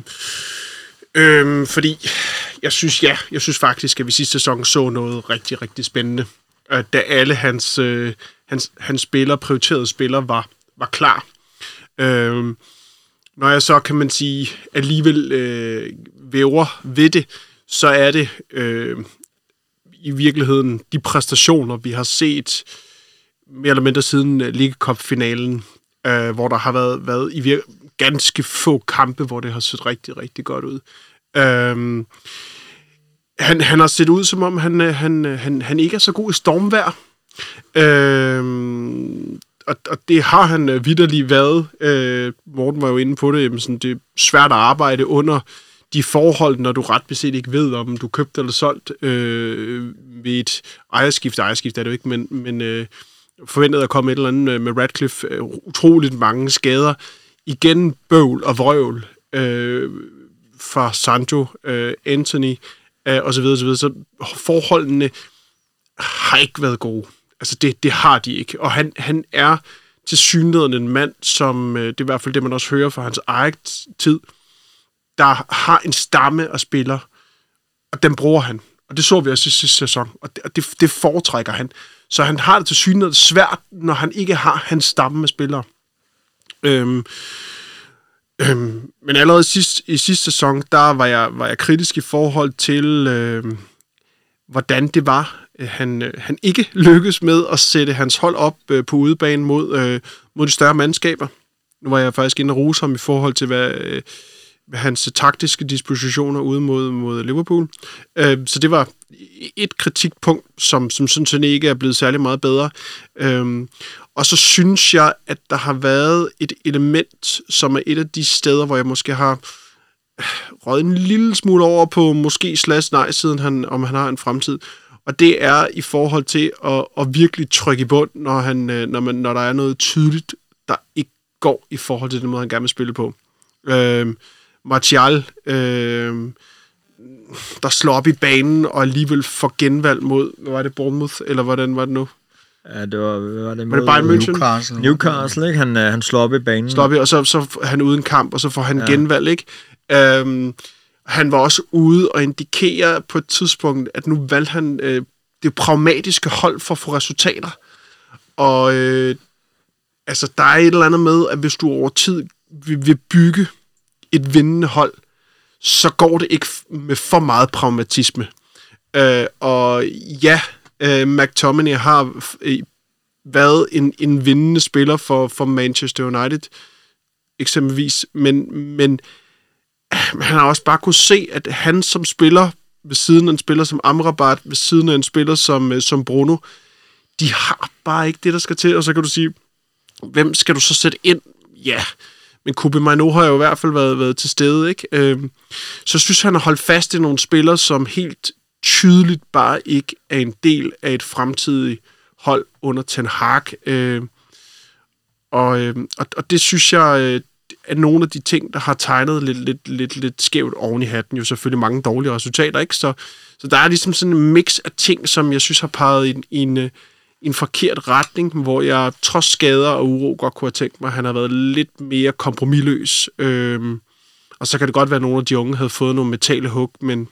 øh, fordi jeg synes, ja, jeg synes faktisk, at vi sidste sæson så noget rigtig, rigtig spændende. Øh, da alle hans, øh, hans, hans spillere, prioriterede spillere, var, var klar. Øh, når jeg så, kan man sige, alligevel øh, væver ved det, så er det øh, i virkeligheden de præstationer, vi har set mere eller mindre siden League Cup-finalen, øh, hvor der har været, været i vir- ganske få kampe, hvor det har set rigtig, rigtig godt ud. Øh, han, han har set ud, som om han, han, han, han ikke er så god i stormvejr. Øh, og, og det har han vitterligt været. Øh, Morten var jo inde på det. Jamen sådan, det er svært at arbejde under de forhold, når du ret beset ikke ved, om du købte eller solgt øh, ved et ejerskift. Ejerskift er det jo ikke, men, men øh, forventet at komme et eller andet med Radcliffe. Øh, utroligt mange skader. Igen bøvl og vrøvl øh, fra Sancho, øh, Anthony øh, osv. osv. Så forholdene har ikke været gode. Altså det, det har de ikke. Og han, han er tilsyneladende en mand, som, øh, det er i hvert fald det, man også hører fra hans eget tid, der har en stamme af spillere, og den bruger han. Og det så vi også i sidste sæson, og det, og det, det foretrækker han. Så han har det tilsyneladende svært, når han ikke har hans stamme af spillere. Øhm, øhm, men allerede sidst, i sidste sæson, der var jeg, var jeg kritisk i forhold til, øhm, hvordan det var, han, han ikke lykkedes med at sætte hans hold op øh, på udebane mod, øh, mod de større mandskaber. Nu var jeg faktisk inde og rose ham i forhold til, hvad... Øh, hans taktiske dispositioner ude mod, mod Liverpool. Øh, så det var et kritikpunkt, som, som sådan set ikke er blevet særlig meget bedre. Øh, og så synes jeg, at der har været et element, som er et af de steder, hvor jeg måske har røget en lille smule over på måske slash nej, siden han, om han har en fremtid. Og det er i forhold til at, at virkelig trykke i bund, når, han, når, man, når der er noget tydeligt, der ikke går i forhold til den måde, han gerne vil spille på. Øh, Martial, øh, der slår op i banen og alligevel får genvalg mod, hvad var det, Bournemouth, eller hvordan var det nu? Ja, det var, hvad var det, var det Bayern München? Newcastle. Newcastle, ikke? Han, han slår op i banen. Slår op i, og så, så er han uden kamp, og så får han ja. genvalg, ikke? Øh, han var også ude og indikere på et tidspunkt, at nu valgte han øh, det pragmatiske hold for at få resultater. Og øh, altså, der er et eller andet med, at hvis du over tid vil, vil bygge et vindende hold, så går det ikke med for meget pragmatisme. Øh, og ja, øh, McTominay har f- været en, en vindende spiller for, for Manchester United, eksempelvis, men, men han har også bare kunne se, at han som spiller, ved siden af en spiller som Amrabat, ved siden af en spiller som, som Bruno, de har bare ikke det, der skal til, og så kan du sige, hvem skal du så sætte ind? Ja, men Kobe Mainoo har jo i hvert fald været, været til stede, ikke? Øhm, så jeg synes, han har holdt fast i nogle spillere, som helt tydeligt bare ikke er en del af et fremtidigt hold under Ten Hag. Øhm, og, øhm, og, og det synes jeg øh, er nogle af de ting, der har tegnet lidt, lidt, lidt, lidt skævt oven i hatten. Jo selvfølgelig mange dårlige resultater, ikke? Så, så der er ligesom sådan en mix af ting, som jeg synes har peget i, i en... en forkert retning, hvor jeg trods skader og uro godt kunne have tænkt mig, at han har været lidt mere kompromisløs. Øhm, og så kan det godt være, at nogle af de unge havde fået nogle metale hug, men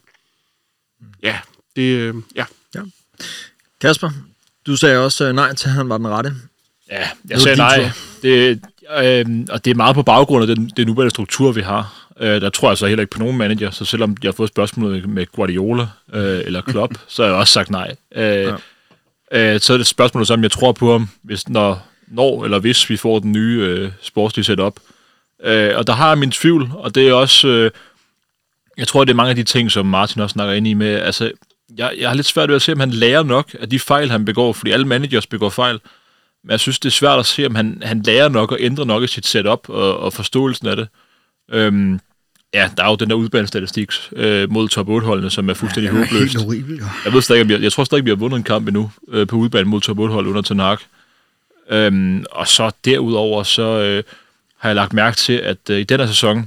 ja, det, øh, ja. ja. Kasper, du sagde også nej til, at han var den rette. Ja, jeg sagde nej. Det, øh, og det er meget på baggrund af den, den nuværende struktur, vi har. Øh, der tror jeg så heller ikke på nogen manager, så selvom jeg har fået spørgsmålet med Guardiola øh, eller Klopp, så har jeg også sagt nej. Øh, ja. Så er det spørgsmålet, som jeg tror på ham, hvis, når, når eller hvis vi får den nye øh, sportslige setup. Øh, og der har jeg min tvivl, og det er også, øh, jeg tror, det er mange af de ting, som Martin også snakker ind i med. Altså, jeg, jeg har lidt svært ved at se, om han lærer nok af de fejl, han begår, fordi alle managers begår fejl. Men jeg synes, det er svært at se, om han, han lærer nok og ændrer nok i sit setup og, og forståelsen af det. Øhm, ja, der er jo den der udbanestatistik øh, mod top otte-holdene, som er fuldstændig ja, håbløst. Helt horribelt, ja. Jeg ved stadig, om jeg, jeg tror stadig, vi har vundet en kamp endnu øh, på udbanen mod top otte-hold under Ten Hag. Øhm, og så derudover, så øh, har jeg lagt mærke til, at øh, i den her sæson,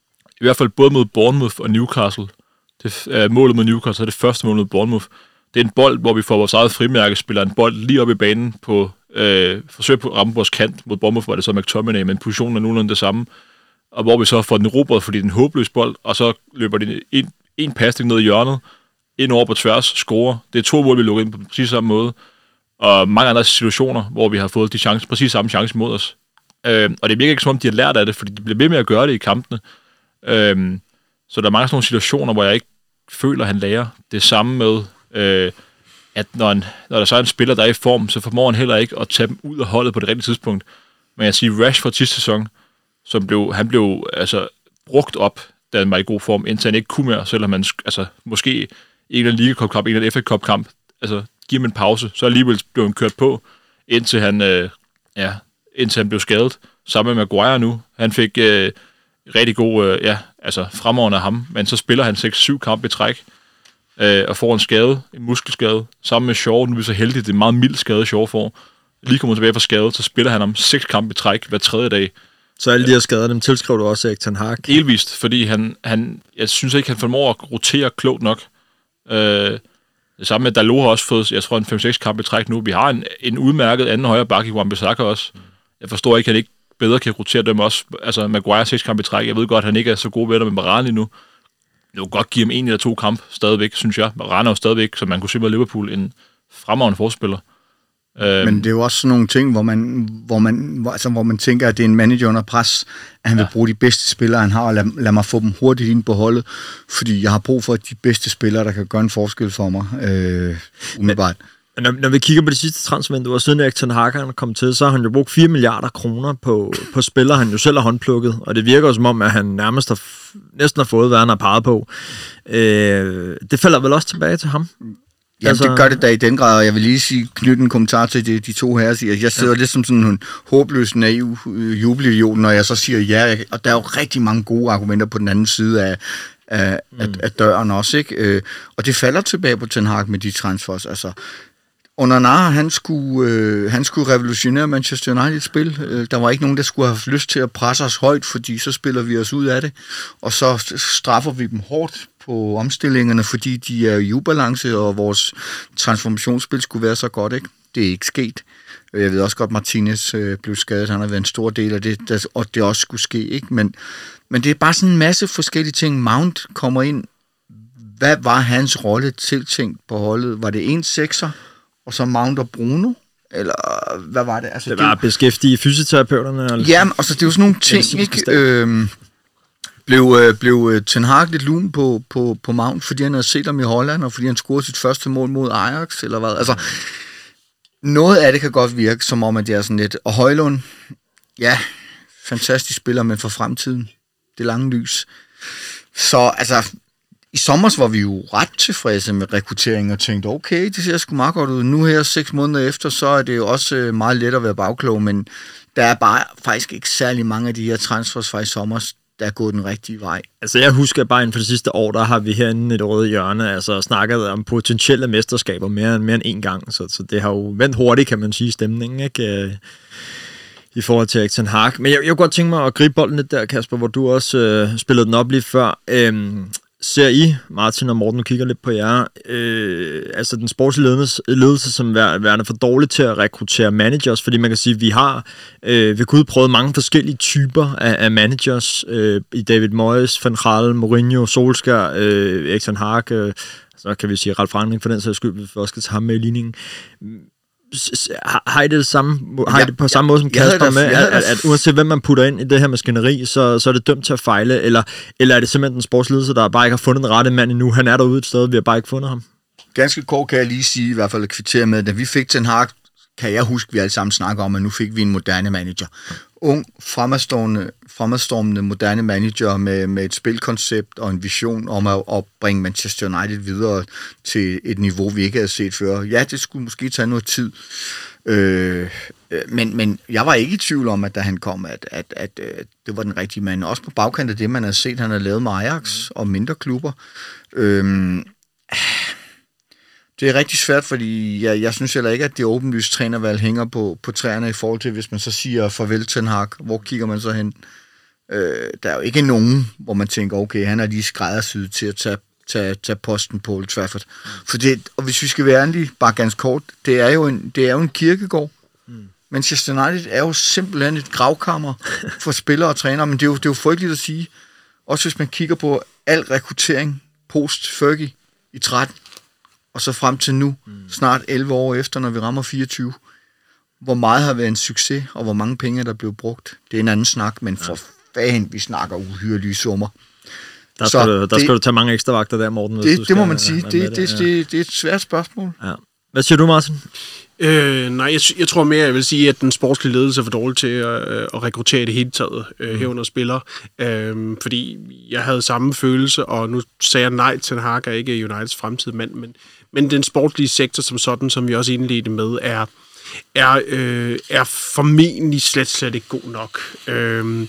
i hvert fald både mod Bournemouth og Newcastle, det øh, målet mod Newcastle, det første mål mod Bournemouth, det er en bold, hvor vi får vores eget frimærke, spiller en bold lige op i banen på øh, forsøg på at ramme vores kant. Mod Bournemouth var det så McTominay, men positionen er nogenlunde det samme. Og hvor vi så får den erobret, fordi det er en håbløs bold, og så løber det en, en pasning ned i hjørnet, ind over på tværs, scorer. Det er to mål, vi lukker ind på præcis samme måde. Og mange andre situationer, hvor vi har fået de chancer, præcis samme chance mod os. Øh, og det virker ikke som om, de har lært af det, fordi de bliver ved med at gøre det i kampene. Øh, så der er mange sådan nogle situationer, hvor jeg ikke føler, at han lærer. Det samme med, øh, at når, en, når der så er en spiller, der er i form, så formår han heller ikke at tage dem ud af holdet på det rigtige tidspunkt. Men jeg siger, Rashford sidste sæson, som blev, han blev altså brugt op, da han var i god form, indtil han ikke kunne mere, selvom han altså, måske en eller anden Liga Cup kamp, en eller anden F A Cup kamp, altså giver ham en pause, så alligevel blev han kørt på, indtil han, øh, ja, indtil han blev skadet. Sammen med Maguire nu. Han fik øh, rigtig god, øh, ja, altså fremragende af ham, men så spiller han seks syv kampe i træk, øh, og får en skade, en muskelskade, sammen med Shaw. Nu er vi så heldige, det er en meget mild skade, Shaw får. Lige kommer tilbage fra skade, så spiller han om seks kampe i træk hver tredje dag. Så alle de her skader, dem tilskriver du også Erik Ten Hag? Delvist, fordi han, han, jeg synes ikke, han formår at rotere klogt nok. Øh, det samme med Dalot har også fået, jeg tror, en fem seks kampe i træk nu. Vi har en, en udmærket anden højre bakke i Wan-Bissaka også. Jeg forstår ikke, at han ikke bedre kan rotere dem også. Altså Maguire seks kampe i træk. Jeg ved godt, at han ikke er så god venner med Varane nu. Det vil godt give ham en eller to kamp stadigvæk, synes jeg. Varane er jo stadigvæk, som man kunne se med Liverpool, en fremragende forspiller. Men det er jo også sådan nogle ting, hvor man, hvor man, hvor, altså, hvor man tænker, at det er en manager under pres, at han ja. vil bruge de bedste spillere, han har, og lad, lad mig få dem hurtigt ind på holdet, fordi jeg har brug for de bedste spillere, der kan gøre en forskel for mig, øh, umiddelbart. Men, når, når vi kigger på det sidste transfervindue, siden Erik Ten Hag er kommet til, så har han jo brugt fire milliarder kroner på, på spillere, han jo selv har håndplukket, og det virker som om, at han nærmest har, næsten har fået, hvad han har peget på. Øh, det falder vel også tilbage til ham? Jamen, altså, det gør det da i den grad, og jeg vil lige sige, knytte en kommentar til de, de to her. Siger, jeg sidder ja. lidt som sådan en håbløs, naiv jubelidiot, når jeg så siger ja, og der er jo rigtig mange gode argumenter på den anden side af, af, mm. af, af døren også, ikke? Og det falder tilbage på Ten Hag med de transfers. Altså, under Nara, han skulle, øh, han skulle revolutionere Manchester Uniteds spil. Øh, der var ikke nogen, der skulle have lyst til at presse os højt, fordi så spiller vi os ud af det, og så straffer vi dem hårdt på omstillingerne, fordi de er i ubalance, og vores transformationsspil skulle være så godt, ikke? Det er ikke sket. Jeg ved også godt, Martinez øh, blev skadet, han har været en stor del af det, der, og det også skulle ske, ikke? Men, men det er bare sådan en masse forskellige ting. Mount kommer ind. Hvad var hans rolle tiltænkt på holdet? Var det en sekser, og så Mount og Bruno? Eller hvad var det? Altså, det var det, beskæftige fysioterapeuterne? Eller? Ja, altså det er jo sådan nogle ting, ikke? Øhm, blev, øh, blev Ten Hag lidt lun på, på, på Mount, fordi han havde set ham i Holland, og fordi han scorede sit første mål mod Ajax, eller hvad? Altså, noget af det kan godt virke, som om, at det er sådan lidt. Og Højlund, ja, fantastisk spiller, men for fremtiden, det lange lys. Så altså, i sommer var vi jo ret tilfredse med rekrutteringen og tænkte, okay, det ser sgu meget godt ud. Nu her, seks måneder efter, så er det jo også meget let at være bagklog, men der er bare faktisk ikke særlig mange af de her transfers fra i sommer, der er gået den rigtige vej. Altså jeg husker bare inden for det sidste år, der har vi herinde i det røde hjørne altså snakket om potentielle mesterskaber mere end, mere end én gang, så, så det har jo vendt hurtigt, kan man sige, stemningen, ikke? I forhold til Erik Ten Hag. Men jeg, jeg kunne godt tænke mig at gribe bolden lidt der, Kasper, hvor du også øh, spillede den op lige før. Øhm, ser I, Martin og Morten, nu kigger lidt på jer, øh, altså den sportslige ledelse, ledelse som værende for dårligt til at rekruttere managers, fordi man kan sige, at vi har øh, ved Gud prøvet mange forskellige typer af, af managers, øh, i David Moyes, Van Gaal, Mourinho, Solskjaer, øh, Erik Ten Hag, øh, så kan vi sige Ralf Rangnick for den sags skyld, hvis vi også skal tage ham med i ligningen. Har I det, samme, har I det på ja, samme måde som Kasper med, at, at, at uanset hvem man putter ind i det her maskineri, så, så er det dømt til at fejle, eller, eller er det simpelthen den sportsledelse, der bare ikke har fundet den rette mand endnu? Han er derude et sted, vi har bare ikke fundet ham. Ganske kort kan jeg lige sige, i hvert fald at kvittere med, da vi fik Ten Hag, kan jeg huske, vi alle sammen snakker om, at nu fik vi en moderne manager. Ung, fremadstormende, fremadstormende moderne manager med, med et spilkoncept og en vision om at, at bringe Manchester United videre til et niveau, vi ikke havde set før. Ja, det skulle måske tage noget tid. Øh, Men, men jeg var ikke i tvivl om, at da han kom, at, at, at, at det var den rigtige mand. Også på bagkant af det, man har set, han har lavet med Ajax og mindre klubber. Øhm, det er rigtig svært, fordi jeg, jeg synes heller ikke, at det åbenlyst trænervalg hænger på, på træerne i forhold til, hvis man så siger farvel til Ten Hag. Hvor kigger man så hen? Øh, der er jo ikke nogen, hvor man tænker, okay, han er lige skræddersyet til at tage, tage, tage posten på Old Trafford. For det, og hvis vi skal være ærlige, bare ganske kort, det er jo en, det er jo en kirkegård. Mm. Manchester United er jo simpelthen et gravkammer for spillere og trænere, men det er jo, det er jo frygteligt at sige. Også hvis man kigger på al rekruttering post-Fergie i tretten, og så frem til nu, mm. snart elleve år efter, når vi rammer fireogtyve. Hvor meget har været en succes, og hvor mange penge der blev brugt. Det er en anden snak, men for ja. fanden, vi snakker uhyrelige summer. Der skal, så du, der det, skal du tage mange ekstra vagter der, Morten. Det, det skal, må man sige. Det, det, det, ja. det, det er et svært spørgsmål. Ja. Hvad siger du, Martin? Øh, nej, jeg, jeg tror mere, jeg vil sige, at den sportslige ledelse er for dårlig til at, at rekruttere det hele taget øh, herunder spillere. Øh, fordi jeg havde samme følelse, og nu sagde jeg nej til Ten Hag, er ikke Uniteds fremtidige mand, men, men den sportslige sektor som sådan, som vi også indledte med, er, er, øh, er formentlig slet, slet ikke god nok. Øh,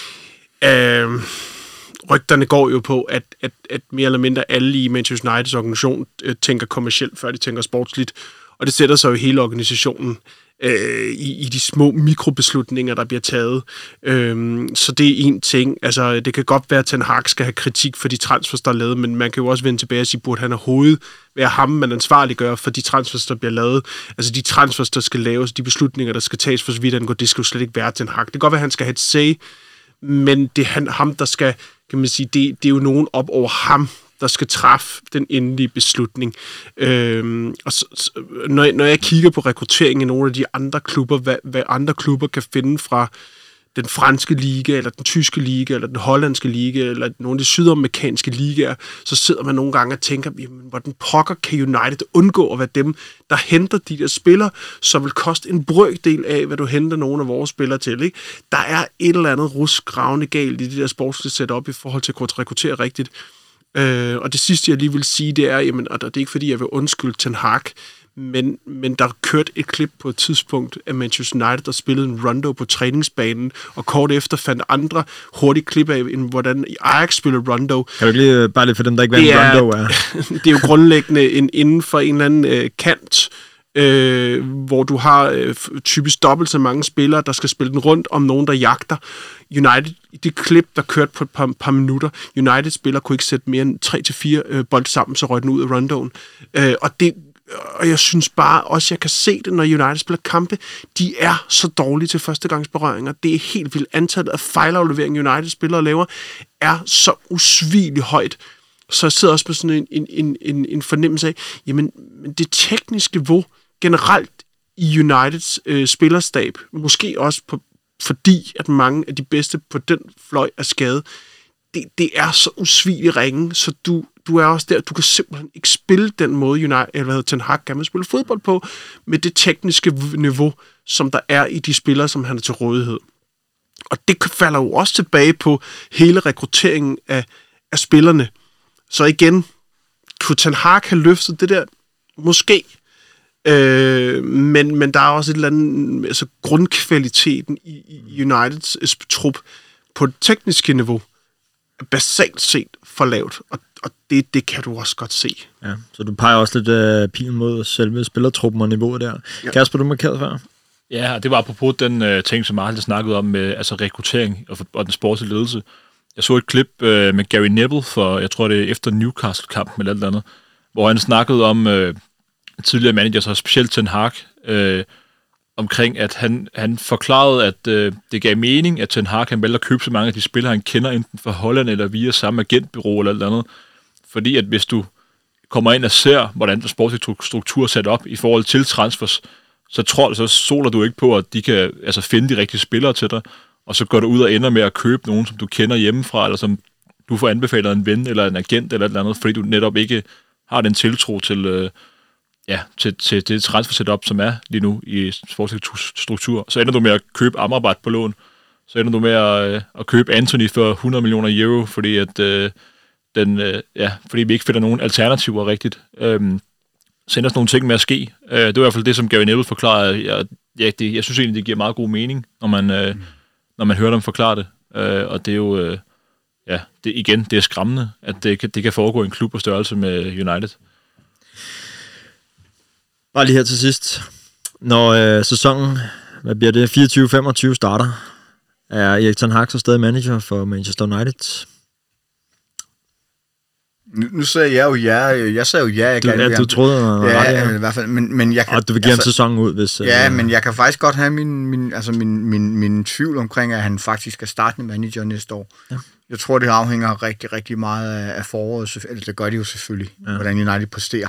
øh, Rygterne går jo på, at, at, at mere eller mindre alle i Manchester Uniteds organisation øh, tænker kommercielt, før de tænker sportsligt. Og det sætter sig jo hele organisationen øh, i, i de små mikrobeslutninger, der bliver taget. Øhm, så det er en ting. Altså, det kan godt være, at Ten Hag skal have kritik for de transfers, der er lavet, men man kan jo også vende tilbage og sige, burde han overhovedet være ham, man ansvarliggør for de transfers, der bliver lavet. Altså de transfers, der skal laves, de beslutninger, der skal tages for så vidt angår, det skal jo slet ikke være Ten Hag. Det kan godt være, at han skal have et say, men det er han, ham, der skal, kan man sige, det, det er jo nogen op over ham, der skal træffe den endelige beslutning. Øhm, og så, så, når, jeg, når jeg kigger på rekrutteringen i nogle af de andre klubber, hvad, hvad andre klubber kan finde fra den franske liga, eller den tyske liga, eller den hollandske liga, eller nogle af de sydamerikanske ligaer, så sidder man nogle gange og tænker, jamen, hvordan pokker kan United undgå at være dem, der henter de der spillere, som vil koste en brøkdel af, hvad du henter nogle af vores spillere til. Ikke? Der er et eller andet ruskgravende galt i det der sportslige setup i forhold til at rekruttere rigtigt. Øh, og det sidste, jeg lige vil sige, det er, jamen, og det er ikke fordi, jeg vil undskylde Ten Hag, men, men der kørte et klip på et tidspunkt af Manchester United, der spillede en rondo på træningsbanen, og kort efter fandt andre hurtigt klip af, end hvordan Ajax spiller rondo. Kan du lige, bare lige for dem, der ikke ved, hvad rondo er? Det er jo grundlæggende en, inden for en eller anden øh, kant, øh, hvor du har øh, typisk dobbelt så mange spillere, der skal spille den rundt om nogen, der jagter. United, i det klip, der kørte på et par, par minutter, United-spillere kunne ikke sætte mere end tre til fire øh, bold sammen, så røg den ud af rundoen. Øh, og det Og jeg synes bare også, jeg kan se det, når United spiller kampe. De er så dårlige til førstegangsberøringer. Det er helt vildt. Antallet af fejlafleveringer, United-spillere laver, er så usvigeligt højt. Så jeg sidder også med sådan en, en, en, en fornemmelse af, jamen det tekniske niveau generelt i Uniteds øh, spillerstab, måske også på, fordi at mange af de bedste på den fløj er skadet, det, det er så usvigeligt ringe, så du Du er også der, du kan simpelthen ikke spille den måde, United, eller hvad hedder Ten Hag gerne vil spille fodbold på, med det tekniske niveau, som der er i de spillere, som han er til rådighed. Og det falder jo også tilbage på hele rekrutteringen af, af spillerne. Så igen, kunne Ten Hag have løftet det der? Måske. Øh, men, men der er også et eller andet, altså grundkvaliteten i, i Uniteds trup på det tekniske niveau, basalt set for lavt, og Og det, det kan du også godt se. Ja, så du peger også lidt uh, pil mod selve spillertruppen og niveauet der. Ja. Kasper, du markeret før? Ja, og det var apropos den uh, ting, som Martin snakkede om, med altså rekruttering og, og den sportslige ledelse. Jeg så et klip uh, med Gary Neville for, jeg tror det er efter Newcastle-kampen eller alt andet, hvor han snakkede om uh, tidligere manager, så specielt Ten Hag, uh, omkring, at han, han forklarede, at uh, det gav mening, at Ten Hag kan vælge at købe så mange af de spillere, han kender, enten fra Holland eller via samme agentbureau eller alt andet. Fordi at hvis du kommer ind og ser, hvordan den sportslige struktur er sat op i forhold til transfers, så tror så soler du ikke på, at de kan altså finde de rigtige spillere til dig, og så går du ud og ender med at købe nogen, som du kender hjemmefra, eller som du får anbefalet af en ven eller en agent eller et eller andet, fordi du netop ikke har den tiltro til, øh, ja, til, til det transfer setup, som er lige nu i sportslig struktur. Så ender du med at købe Amrabat på lån, så ender du med at, øh, at købe Anthony for hundrede millioner euro, fordi at øh, Den, øh, ja, fordi vi ikke finder nogen alternativer rigtigt. Øhm, så ender sådan nogle ting med at ske. Øh, det var i hvert fald det, som Gary Neville forklarede. Ja, ja, det, jeg synes egentlig, det giver meget god mening, når man, øh, mm. når man hører dem forklare det. Øh, og det er jo, øh, ja, det, igen, det er skræmmende, at det kan, det kan foregå i en klub på størrelse med United. Bare lige her til sidst. Når øh, sæsonen, hvad bliver det, fireogtyve femogtyve starter, er Erik ten Hag så stadig manager for Manchester United? Nu, nu sagde jeg jo ja, jeg sagde jo ja. Jeg Du, kan, ja, jeg, du troede, ja, ja, ja, i hvert fald, men, men jeg kan... Og du vil give altså, ham sæsonen ud, hvis... Ja, øh, men jeg kan faktisk godt have min, min, altså min, min, min tvivl omkring, at han faktisk skal starte manager næste år. Ja. Jeg tror, det afhænger rigtig, rigtig meget af, af foråret, eller det gør de jo selvfølgelig, ja. Hvordan United præsterer.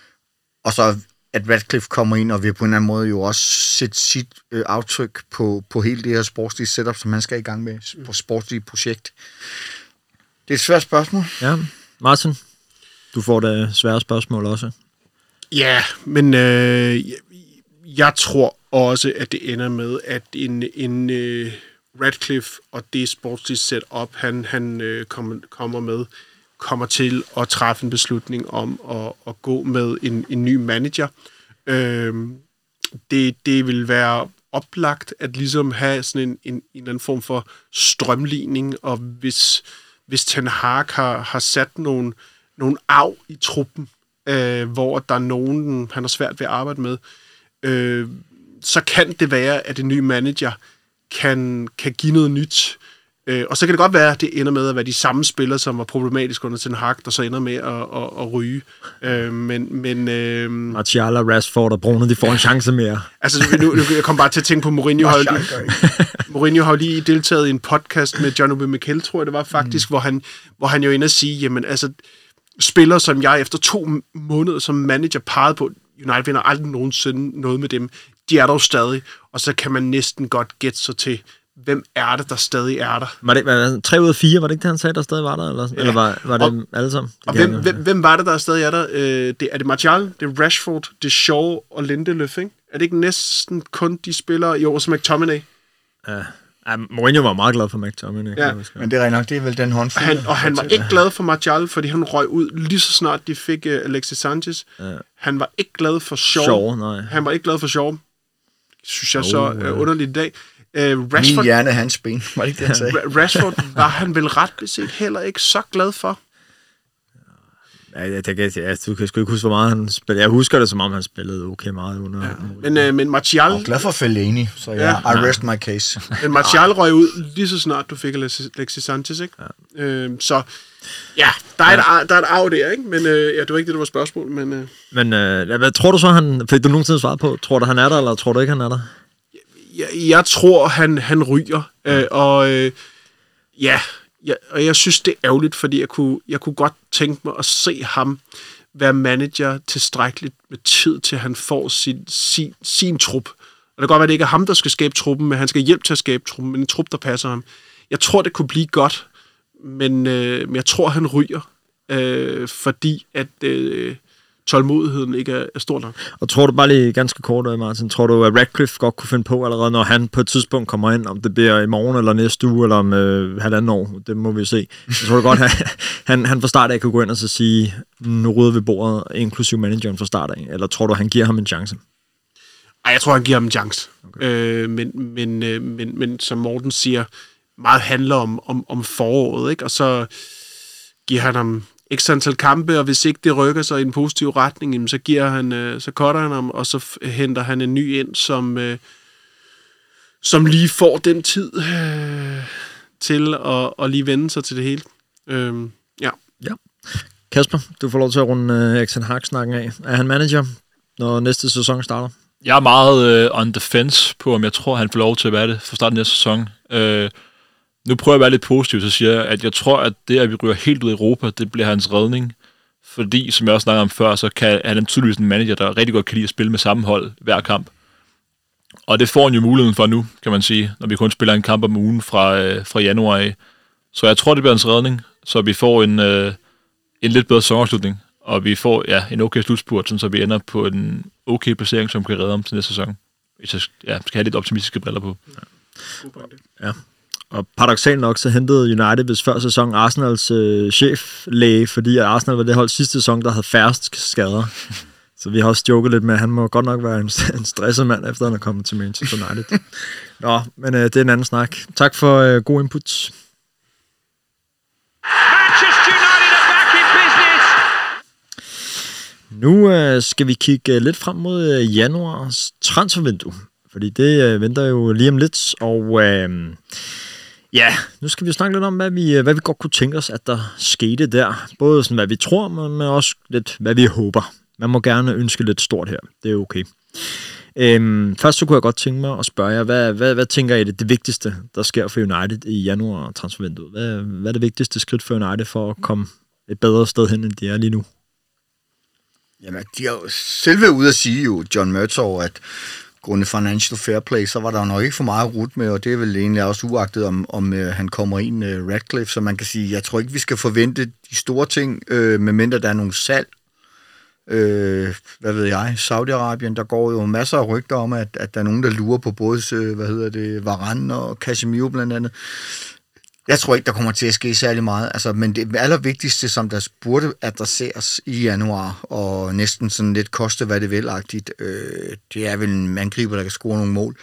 Og så at Ratcliffe kommer ind, og vil på en eller anden måde jo også sætte sit øh, aftryk på, på hele det her sportslige setup, som han skal i gang med, på sportslige projekt. Det er et svært spørgsmål. Ja, Martin, du får det svære spørgsmål også. Ja, men øh, jeg, jeg tror også, at det ender med, at en, en øh, Ratcliffe og det sportslige setup, han, han øh, kommer, kommer med, kommer til at træffe en beslutning om at, at gå med en, en ny manager. Øh, det, det vil være oplagt at ligesom have sådan en, en, en eller anden form for strømligning, og hvis, hvis Ten Hag har, har sat nogle, nogle arv i truppen, øh, hvor der er nogen, han har svært ved at arbejde med, øh, så kan det være, at en ny manager kan, kan give noget nyt. Øh, og så kan det godt være, at det ender med at være de samme spillere, som var problematiske under Ten Hag, der så ender med at, at, at ryge. Øh, men... men øh, Martial og Rashford og Bruno, de får en chance mere. Altså, nu, nu, jeg kom bare til at tænke på Mourinho. Har lige, Mourinho har lige deltaget i en podcast med John Obi Mikel, tror jeg det var faktisk, mm. hvor, han, hvor han jo ender at sige, jamen altså, spillere, som jeg efter to måneder som manager pegede på, United vinder aldrig nogensinde noget med dem, de er dog stadig, og så kan man næsten godt gætte sig til, hvem er det, der stadig er der? Var det, var det tre ud af fire, var det ikke det, han sagde, der stadig var der? Eller, ja. eller var, var det og, alle sammen? Det og hvem, hvem, hvem var det, der stadig er der? Øh, det, er det Martial, det er Rashford, det er Shaw og Lindeløf, ikke? Er det ikke næsten kun de spillere i år som McTominay? Ja. Ja, Mourinho var meget glad for McTominay. Ja. Men det er nok, det er vel den håndfuld. Og han, og han var ikke glad for Martial, fordi han røg ud lige så snart de fik uh, Alexis Sanchez. Ja. Han var ikke glad for Shaw. Shaw nej. Han var ikke glad for Shaw. Synes jeg oh, så uh, underligt i dag. Uh, Rashford, min hjerne, hans ben. Var det ikke det, han sagde? Rashford var han vel ret beset heller ikke så glad for. Ja, jeg tænker, ja, du kan sgu ikke huske, hvor meget han spillede. Jeg husker det, som om han spillede okay meget under. Ja. Men, uh, men Martial... Jeg er glad for Fellaini, så ja, ja. I rest my case. Men Martial røg ud lige så snart, du fik Alexis Sanchez, ikke? Ja. Øh, så ja, der er, ja. Et, der er et arv der, ikke? Men øh, ja, det var ikke det, der var spørgsmål, men... Øh. Men øh, hvad tror du så, han... Fik du nogensinde svaret på? Tror du, han er der, eller tror du ikke, han er der? Jeg, jeg tror, han, han ryger, øh, og øh, ja... Ja, og jeg synes, det er ærgerligt, fordi jeg kunne, jeg kunne godt tænke mig at se ham være manager tilstrækkeligt med tid, til han får sin, sin, sin trup. Og det kan godt være, at det ikke er ham, der skal skabe truppen, men han skal hjælpe til at skabe truppen, men en trup, der passer ham. Jeg tror, det kunne blive godt, men, øh, men jeg tror, han ryger, øh, fordi at øh, tålmodigheden ikke er, er stor nok. Og tror du bare lige ganske kort, Martin, tror du, at Ratcliffe godt kunne finde på allerede, når han på et tidspunkt kommer ind, om det bliver i morgen eller næste uge, eller om øh, halvanden år, det må vi se. Jeg tror du godt, at han, han fra start af kunne gå ind og så sige, nu rydder vi bordet, inklusive manageren fra start af, eller tror du, han giver ham en chance? Ej, jeg tror, han giver ham en chance. Okay. Øh, men, men, øh, men, men som Morten siger, meget handler om, om, om foråret, ikke? Og så giver han ham x antal kampe, og hvis ikke det rykker sig i en positiv retning, jamen, så giver han, øh, så cutter han ham, og så f- henter han en ny ind, som, øh, som lige får den tid øh, til at, at lige vende sig til det hele. Øh, ja. ja. Kasper, du får lov til at runde øh, Erik ten Hag-snakken af. Er han manager, når næste sæson starter? Jeg er meget øh, on the fence på, om jeg tror, han får lov til at være det for starten næste sæson. Øh, Nu prøver jeg at være lidt positiv, så siger jeg, at jeg tror, at det, at vi ryger helt ud i Europa, det bliver hans redning. Fordi, som jeg også snakkede om før, så kan han en tydeligvis en manager, der rigtig godt kan lide at spille med samme hold hver kamp. Og det får han jo muligheden for nu, kan man sige, når vi kun spiller en kamp om ugen fra, øh, fra januar af. Så jeg tror, det bliver hans redning, så vi får en, øh, en lidt bedre sæsonafslutning. Og vi får ja, en okay slutspurt, så vi ender på en okay placering, som kan redde ham til næste sæson. Hvis jeg ja, skal have lidt optimistiske briller på. Ja. Ja. Og paradoksalt nok, så hentede United hvis før sæson Arsenals øh, cheflæge, fordi Arsenal var det hold sidste sæson, der havde færrest skader. Så vi har også joket lidt med, at han må godt nok være en, en stresset mand, efter han er kommet til Manchester United. Nå, men øh, det er en anden snak. Tak for øh, god input. Manchester United are back in business. Nu øh, skal vi kigge øh, lidt frem mod øh, januars transfervindue, fordi det øh, venter jo lige om lidt, og øh, ja, nu skal vi snakke lidt om, hvad vi, hvad vi godt kunne tænke os, at der skete der. Både sådan, hvad vi tror, men også lidt, hvad vi håber. Man må gerne ønske lidt stort her. Det er okay. Øhm, først så kunne jeg godt tænke mig at spørge jer, hvad, hvad, hvad tænker I det, det vigtigste, der sker for United i januar transfervinduet? Hvad, hvad er det vigtigste skridt for United for at komme et bedre sted hen, end de er lige nu? Jamen, de har jo selv været ude at sige jo, John Murtaugh, at grundet financial fair play, så var der jo nok ikke for meget rut med, og det er vel egentlig også uagtet, om, om uh, han kommer ind uh, Radcliffe, så man kan sige, jeg tror ikke, vi skal forvente de store ting, øh, medmindre der er nogle salg. Øh, hvad ved jeg, Saudi-Arabien, der går jo masser af rygter om, at, at der er nogen, der lurer på både, øh, hvad hedder det, Varane og Casemiro blandt andet. Jeg tror ikke, der kommer til at ske særlig meget, altså, men det allervigtigste, som der burde adresseres i januar, og næsten sådan lidt koste, hvad det vil-agtigt, øh, det er vel en angriber, der kan score nogle mål.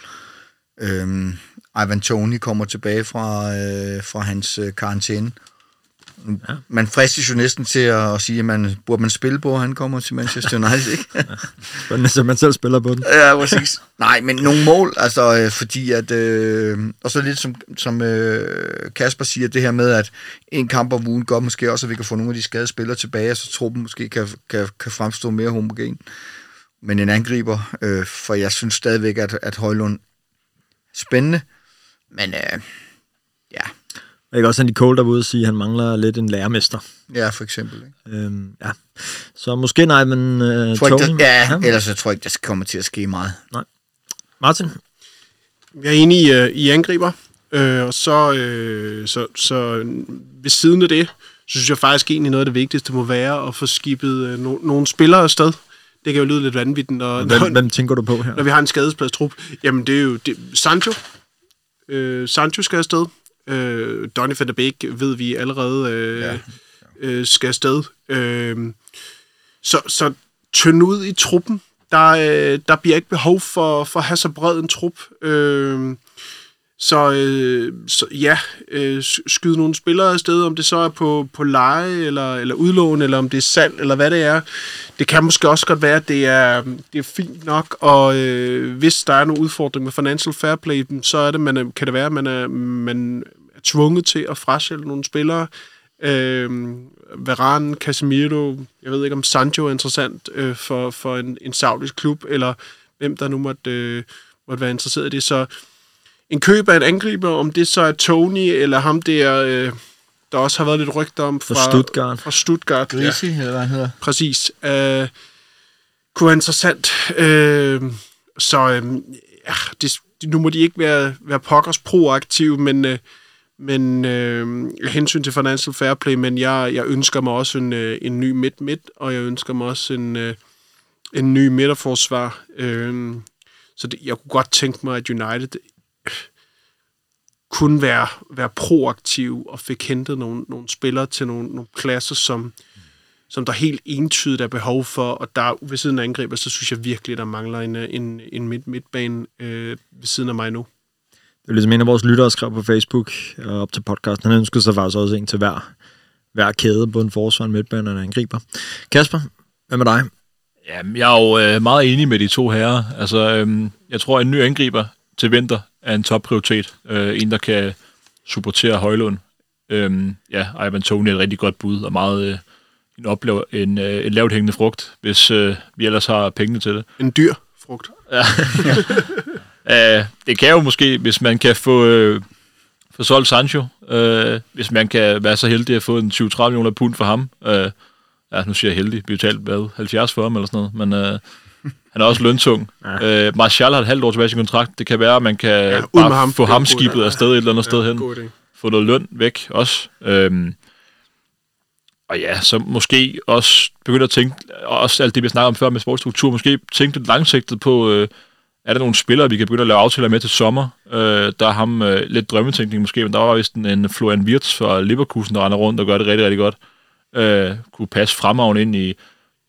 Øh, Ivan Toney kommer tilbage fra, øh, fra hans øh, karantæne. Ja. Man fristes jo næsten til at sige, at man burde man spille på, at han kommer til Manchester United, ikke? Ja. Så man selv spiller på den. Ja, præcis. Nej, men nogle mål, altså øh, fordi at, øh, og så lidt som, som øh, Kasper siger, det her med, at en kamp om ugen gør måske også, at vi kan få nogle af de skadede spillere tilbage, så truppen måske kan, kan, kan fremstå mere homogen. Men en angriber, øh, for jeg synes stadigvæk, at, at Højlund er spændende, men øh, ja. Ikke også Andy Cole, der var ude og sige, at han mangler lidt en lærermester. Ja, for eksempel. Ikke? Øhm, ja. Så måske nej, men øh, tror Tony... Ikke, der, ja, ja, ellers så tror jeg ikke, der skal komme til at ske meget. Nej. Martin? Jeg er enig i, uh, i angriber, øh, og så, øh, så, så ved siden af det, så synes jeg faktisk egentlig noget af det vigtigste må være at få skibet øh, no- nogle spillere afsted. Det kan jo lyde lidt vanvittigt. Når, hvem, når, hvem tænker du på her? Når vi har en skadespladstrup. Jamen, det er jo det, Sancho. Øh, Sancho skal afsted. Øh, Donny van de Beek ved vi allerede øh, ja. øh, skal afsted. Øh, så, så tynd ud i truppen. Der, øh, der bliver ikke behov for, for at have så bred en trup. Øh, så, øh, så ja, øh, skyde nogle spillere afsted, om det så er på, på leje, eller, eller udlån, eller om det er salg, eller hvad det er. Det kan måske også godt være, at det er, det er fint nok, og øh, hvis der er nogle udfordringer med financial fair play, så er det, man, kan det være, at man er, man er tvunget til at frasælge nogle spillere. Øh, Varane, Casemiro, jeg ved ikke, om Sancho er interessant øh, for, for en, en saudisk klub, eller hvem der nu måtte, øh, måtte være interesseret i det. Så en køb af en angriber, om det så er Tony, eller ham der, øh, der også har været lidt rygter om fra, fra Stuttgart. Fra Stuttgart. Grisi, ja. Eller hvad han hedder. Præcis. Øh, kunne være interessant. Øh, så øh, ja, det, nu må de ikke være, være pokkers proaktive, men, øh, men øh, hensyn til financial fair play, men jeg, jeg ønsker mig også en, øh, en ny midt-midt, og jeg ønsker mig også en, øh, en ny midterforsvar. Øh, så det, jeg kunne godt tænke mig, at United kunne være, være proaktiv og fik hentet nogle, nogle spillere til nogle, nogle pladser, som, som der helt entydigt er behov for, og der ved siden af angriber, så synes jeg virkelig, der mangler en, en, en midt, midtbane øh, ved siden af mig nu. Det er ligesom en af vores lyttere skrev på Facebook og op til podcasten. Han ønskede sig faktisk også en til hver, hver kæde, både en forsvar, en midtbane og en angriber. Kasper, hvad med dig? Jamen, jeg er jo øh, meget enig med de to herrer. Altså, øhm, jeg tror, en ny angriber til vinter er en topprioritet. Øh, en, der kan supportere Højlund. Øhm, ja, Ivan Toney er et rigtig godt bud, og meget øh, en, oplev- en, øh, en lavt hængende frugt, hvis øh, vi ellers har pengene til det. En dyr frugt. Ja. øh, det kan jo måske, hvis man kan få, øh, få solgt Sancho, øh, hvis man kan være så heldig at få en tyve til tredive millioner pund for ham. Øh, ja, nu siger jeg heldig. Vi har talt hvad, halvfjerds for ham eller sådan noget, men øh, han er også løntung. Ja. Øh, Martial har et halvt år tilbage i sin kontrakt. Det kan være, at man kan ja, bare ham. få ham skibet afsted et eller andet ja, sted hen. Få noget løn væk også. Øhm, og ja, så måske også begynde at tænke, også alt det, vi snakker om før med sportsstruktur, måske tænke lidt langsigtet på, øh, er der nogle spillere, vi kan begynde at lave aftaler med til sommer? Øh, der er ham øh, lidt drømmetænkning måske, men der var vist en, en Florian Wirtz fra Leverkusen, der render rundt og gør det rigtig, rigtig godt. Øh, kunne passe fremragende ind i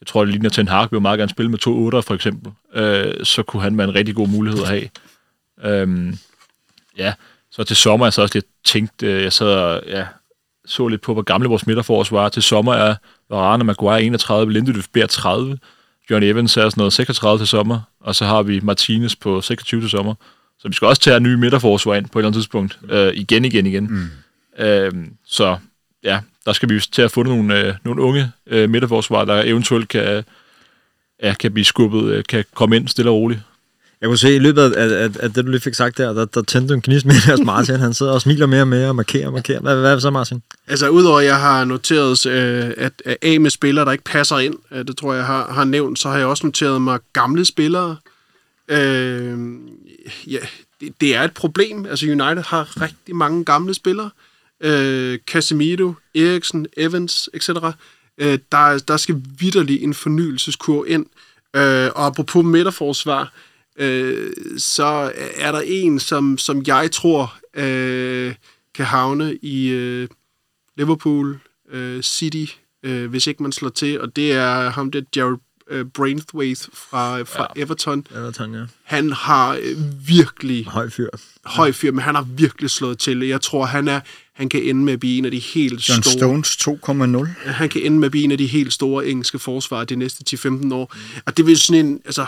jeg tror, det ligner Ten Hag vil meget gerne spille med to otter for eksempel, øh, så kunne han være en rigtig god mulighed at have. Øhm, ja, så til sommer er jeg så også lidt tænkt, øh, jeg sad og ja, så lidt på, hvor gamle vores midterforsvar var. Til sommer er Varane og Maguire enogtredive, Lindeløf bærer tredive, John Evans er sådan noget seksogtredive til sommer, og så har vi Martinez på seksogtyve til sommer. Så vi skal også tage en ny midterforsvar ind på et eller andet tidspunkt. Øh, igen, igen, igen. Mm. Øh, så ja, der skal vi til at få nogle, øh, nogle unge øh, midterforsvar, der eventuelt kan, ja, kan blive skubbet, øh, kan komme ind stille og roligt. Jeg kunne se i løbet af, af, af det, du lige fik sagt der, der, der tændte en gnist med deres Martin. Han sidder og smiler mere og mere og markerer og markerer. Hvad, hvad er det så, Martin? Altså, udover at jeg har noteret, øh, at A med spillere, der ikke passer ind, øh, det tror jeg har, har nævnt, så har jeg også noteret mig gamle spillere. Øh, ja, det, det er et problem. Altså, United har rigtig mange gamle spillere. Øh, Casemiro, Eriksen, Evans, et cetera. Øh, der, der skal vitterlig en fornyelseskur ind. Øh, og apropos midterforsvar, øh, så er der en, som, som jeg tror øh, kan havne i øh, Liverpool øh, City, øh, hvis ikke man slår til, og det er ham der, Jared øh, Braithwaite fra, fra ja. Everton. Everton, ja. Han har øh, virkelig... Høj fyr. Høj fyr, men han har virkelig slået til. Jeg tror, han er han kan ende med at blive en af de helt John store... Stones to komma nul. Han kan ende med at blive en af de helt store engelske forsvar de næste ti til femten år. Mm. Og det vil sådan en... Altså,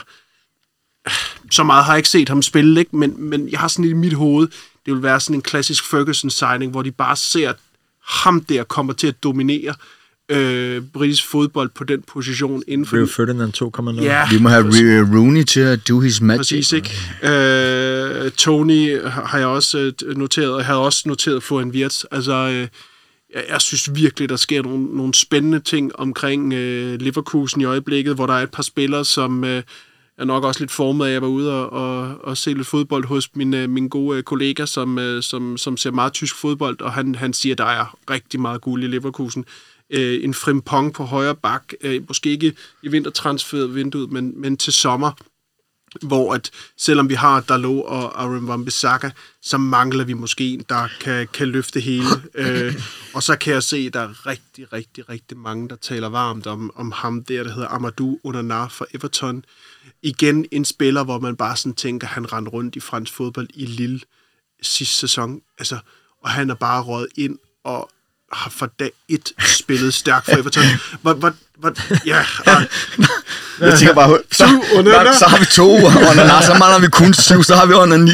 så meget har jeg ikke set ham spille, ikke? Men, men jeg har sådan i mit hoved, det vil være sådan en klassisk Ferguson-signing, hvor de bare ser, at ham der kommer til at dominere øh, britisk fodbold på den position inden for... Rio Ferdinand to komma nul. Ja, Vi må have Rooney til at do his magic. præcis, ikke? Øh, Tony har jeg også noteret, og jeg havde også noteret for en Wirtz. Altså, øh, jeg, jeg synes virkelig, der sker nogle, nogle spændende ting omkring øh, Leverkusen i øjeblikket, hvor der er et par spillere, som øh, er nok også lidt formet af, at jeg var ude og, og, og se lidt fodbold hos min, øh, min gode øh, kollega, som, øh, som, som ser meget tysk fodbold, og han, han siger, at der er rigtig meget guld i Leverkusen. Øh, en Frimpong på højre bak, øh, måske ikke i vintertransfervinduet, men, men til sommer, hvor at selvom vi har Dalot og Aaron Wan-Bissaka, så mangler vi måske en, der kan, kan løfte hele. øh, og så kan jeg se, at der er rigtig, rigtig, rigtig mange, der taler varmt om, om ham der, der hedder Amadou Onana fra Everton. Igen en spiller, hvor man bare sådan tænker, han rendte rundt i fransk fodbold i Lille sidste sæson. Altså, og han er bare røget ind og har fra dag et spillet stærkt for Everton. Hvor, hvor, hvor, ja, og, Jeg tænker bare, så, så, så har vi to, og når, så mangler vi kun syv, så har vi under ni.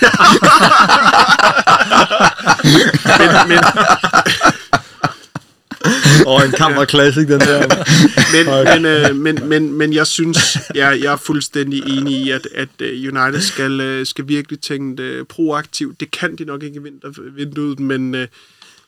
men, men, Og en kammer classic, den der. men, men, øh, men, men, men jeg synes, jeg, jeg er fuldstændig enig i, at, at United skal, skal virkelig tænke øh, proaktivt. Det kan de nok ikke i vintervinduet, men øh,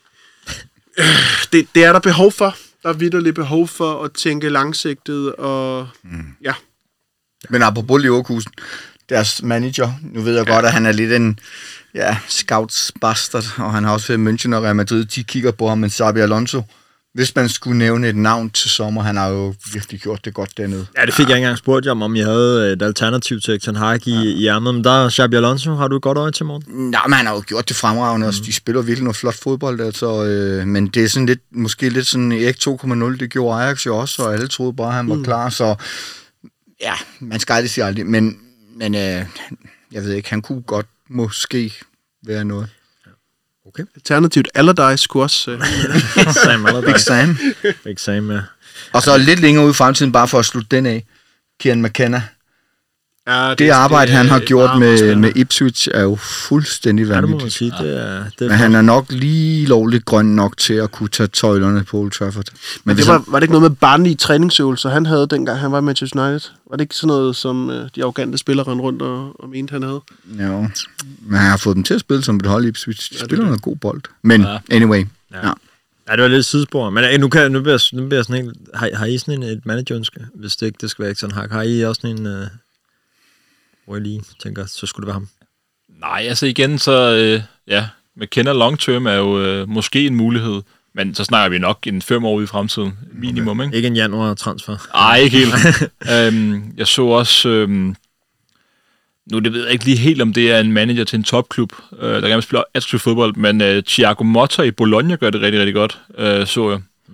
det, det er der behov for. Der er vitterligt behov for at tænke langsigtet, og mm. ja. Men apropos Leverkusen, deres manager, nu ved jeg ja. godt, at han er lidt en ja, scouts bastard, og han har også været i München og Real Madrid, de kigger på ham, men Xabi Alonso, hvis man skulle nævne et navn til sommer, han har jo virkelig gjort det godt dernede. Ja, det fik jeg ikke engang spurgt jer om, om jeg havde et alternativ til Ten Hag i, ja. i ærmet, men der er Xabi Alonso, har du et godt øje til, morgen? Nej, men han har jo gjort det fremragende, mm. altså, de spiller virkelig noget flot fodbold, altså, øh, men det er sådan lidt, måske lidt sådan Erik to komma nul, det gjorde Ajax jo også, og alle troede bare, at han var mm. klar, så ja, man skal aldrig sige aldrig, men, men øh, jeg ved ikke, han kunne godt måske være noget. Okay. Alternativt Allardyce skulle også... Uh... Sam Allardyce. Big Sam. Big Sam, ja. Og så lidt længere ud i fremtiden, bare for at slutte den af, Kieran McKenna. Ja, det, det arbejde, det, han har gjort med, med Ipswich, er jo fuldstændig vanvittigt. Ja, det må man sige. Det er, det er Men han er nok lige lovligt grøn nok til at kunne tage tøjlerne på Old Trafford. Men, Men det var, var det ikke noget med barnlige træningsøvelser, han havde dengang han var i Manchester United? Var det ikke sådan noget, som øh, de arrogante spillere rendte rundt og, og mente, han havde? Jo, men han har fået dem til at spille som et hold i Ipswich. De ja, spiller noget god bold. Men ja. anyway, ja. ja. Ja, det var lidt sidespor. Men nu, kan, nu, bliver, nu bliver sådan helt... Har, har I sådan en, et managerønske, hvis det ikke det skal være ikke sådan har? Har I også sådan en... Øh, hvor jeg lige tænker, så skulle det være ham? Nej, altså igen, så... Øh, ja, McKenna long term er jo øh, måske en mulighed, men så snakker vi nok en fem år ude i fremtiden. Minimum, okay. ikke? Ikke en januar-transfer. Nej, ikke helt. øhm, jeg så også... Øhm, nu det ved jeg ikke lige helt, om det er en manager til en topklub, øh, der gerne spiller attraktiv fodbold, men øh, Thiago Motta i Bologna gør det rigtig, rigtig godt, øh, så jeg.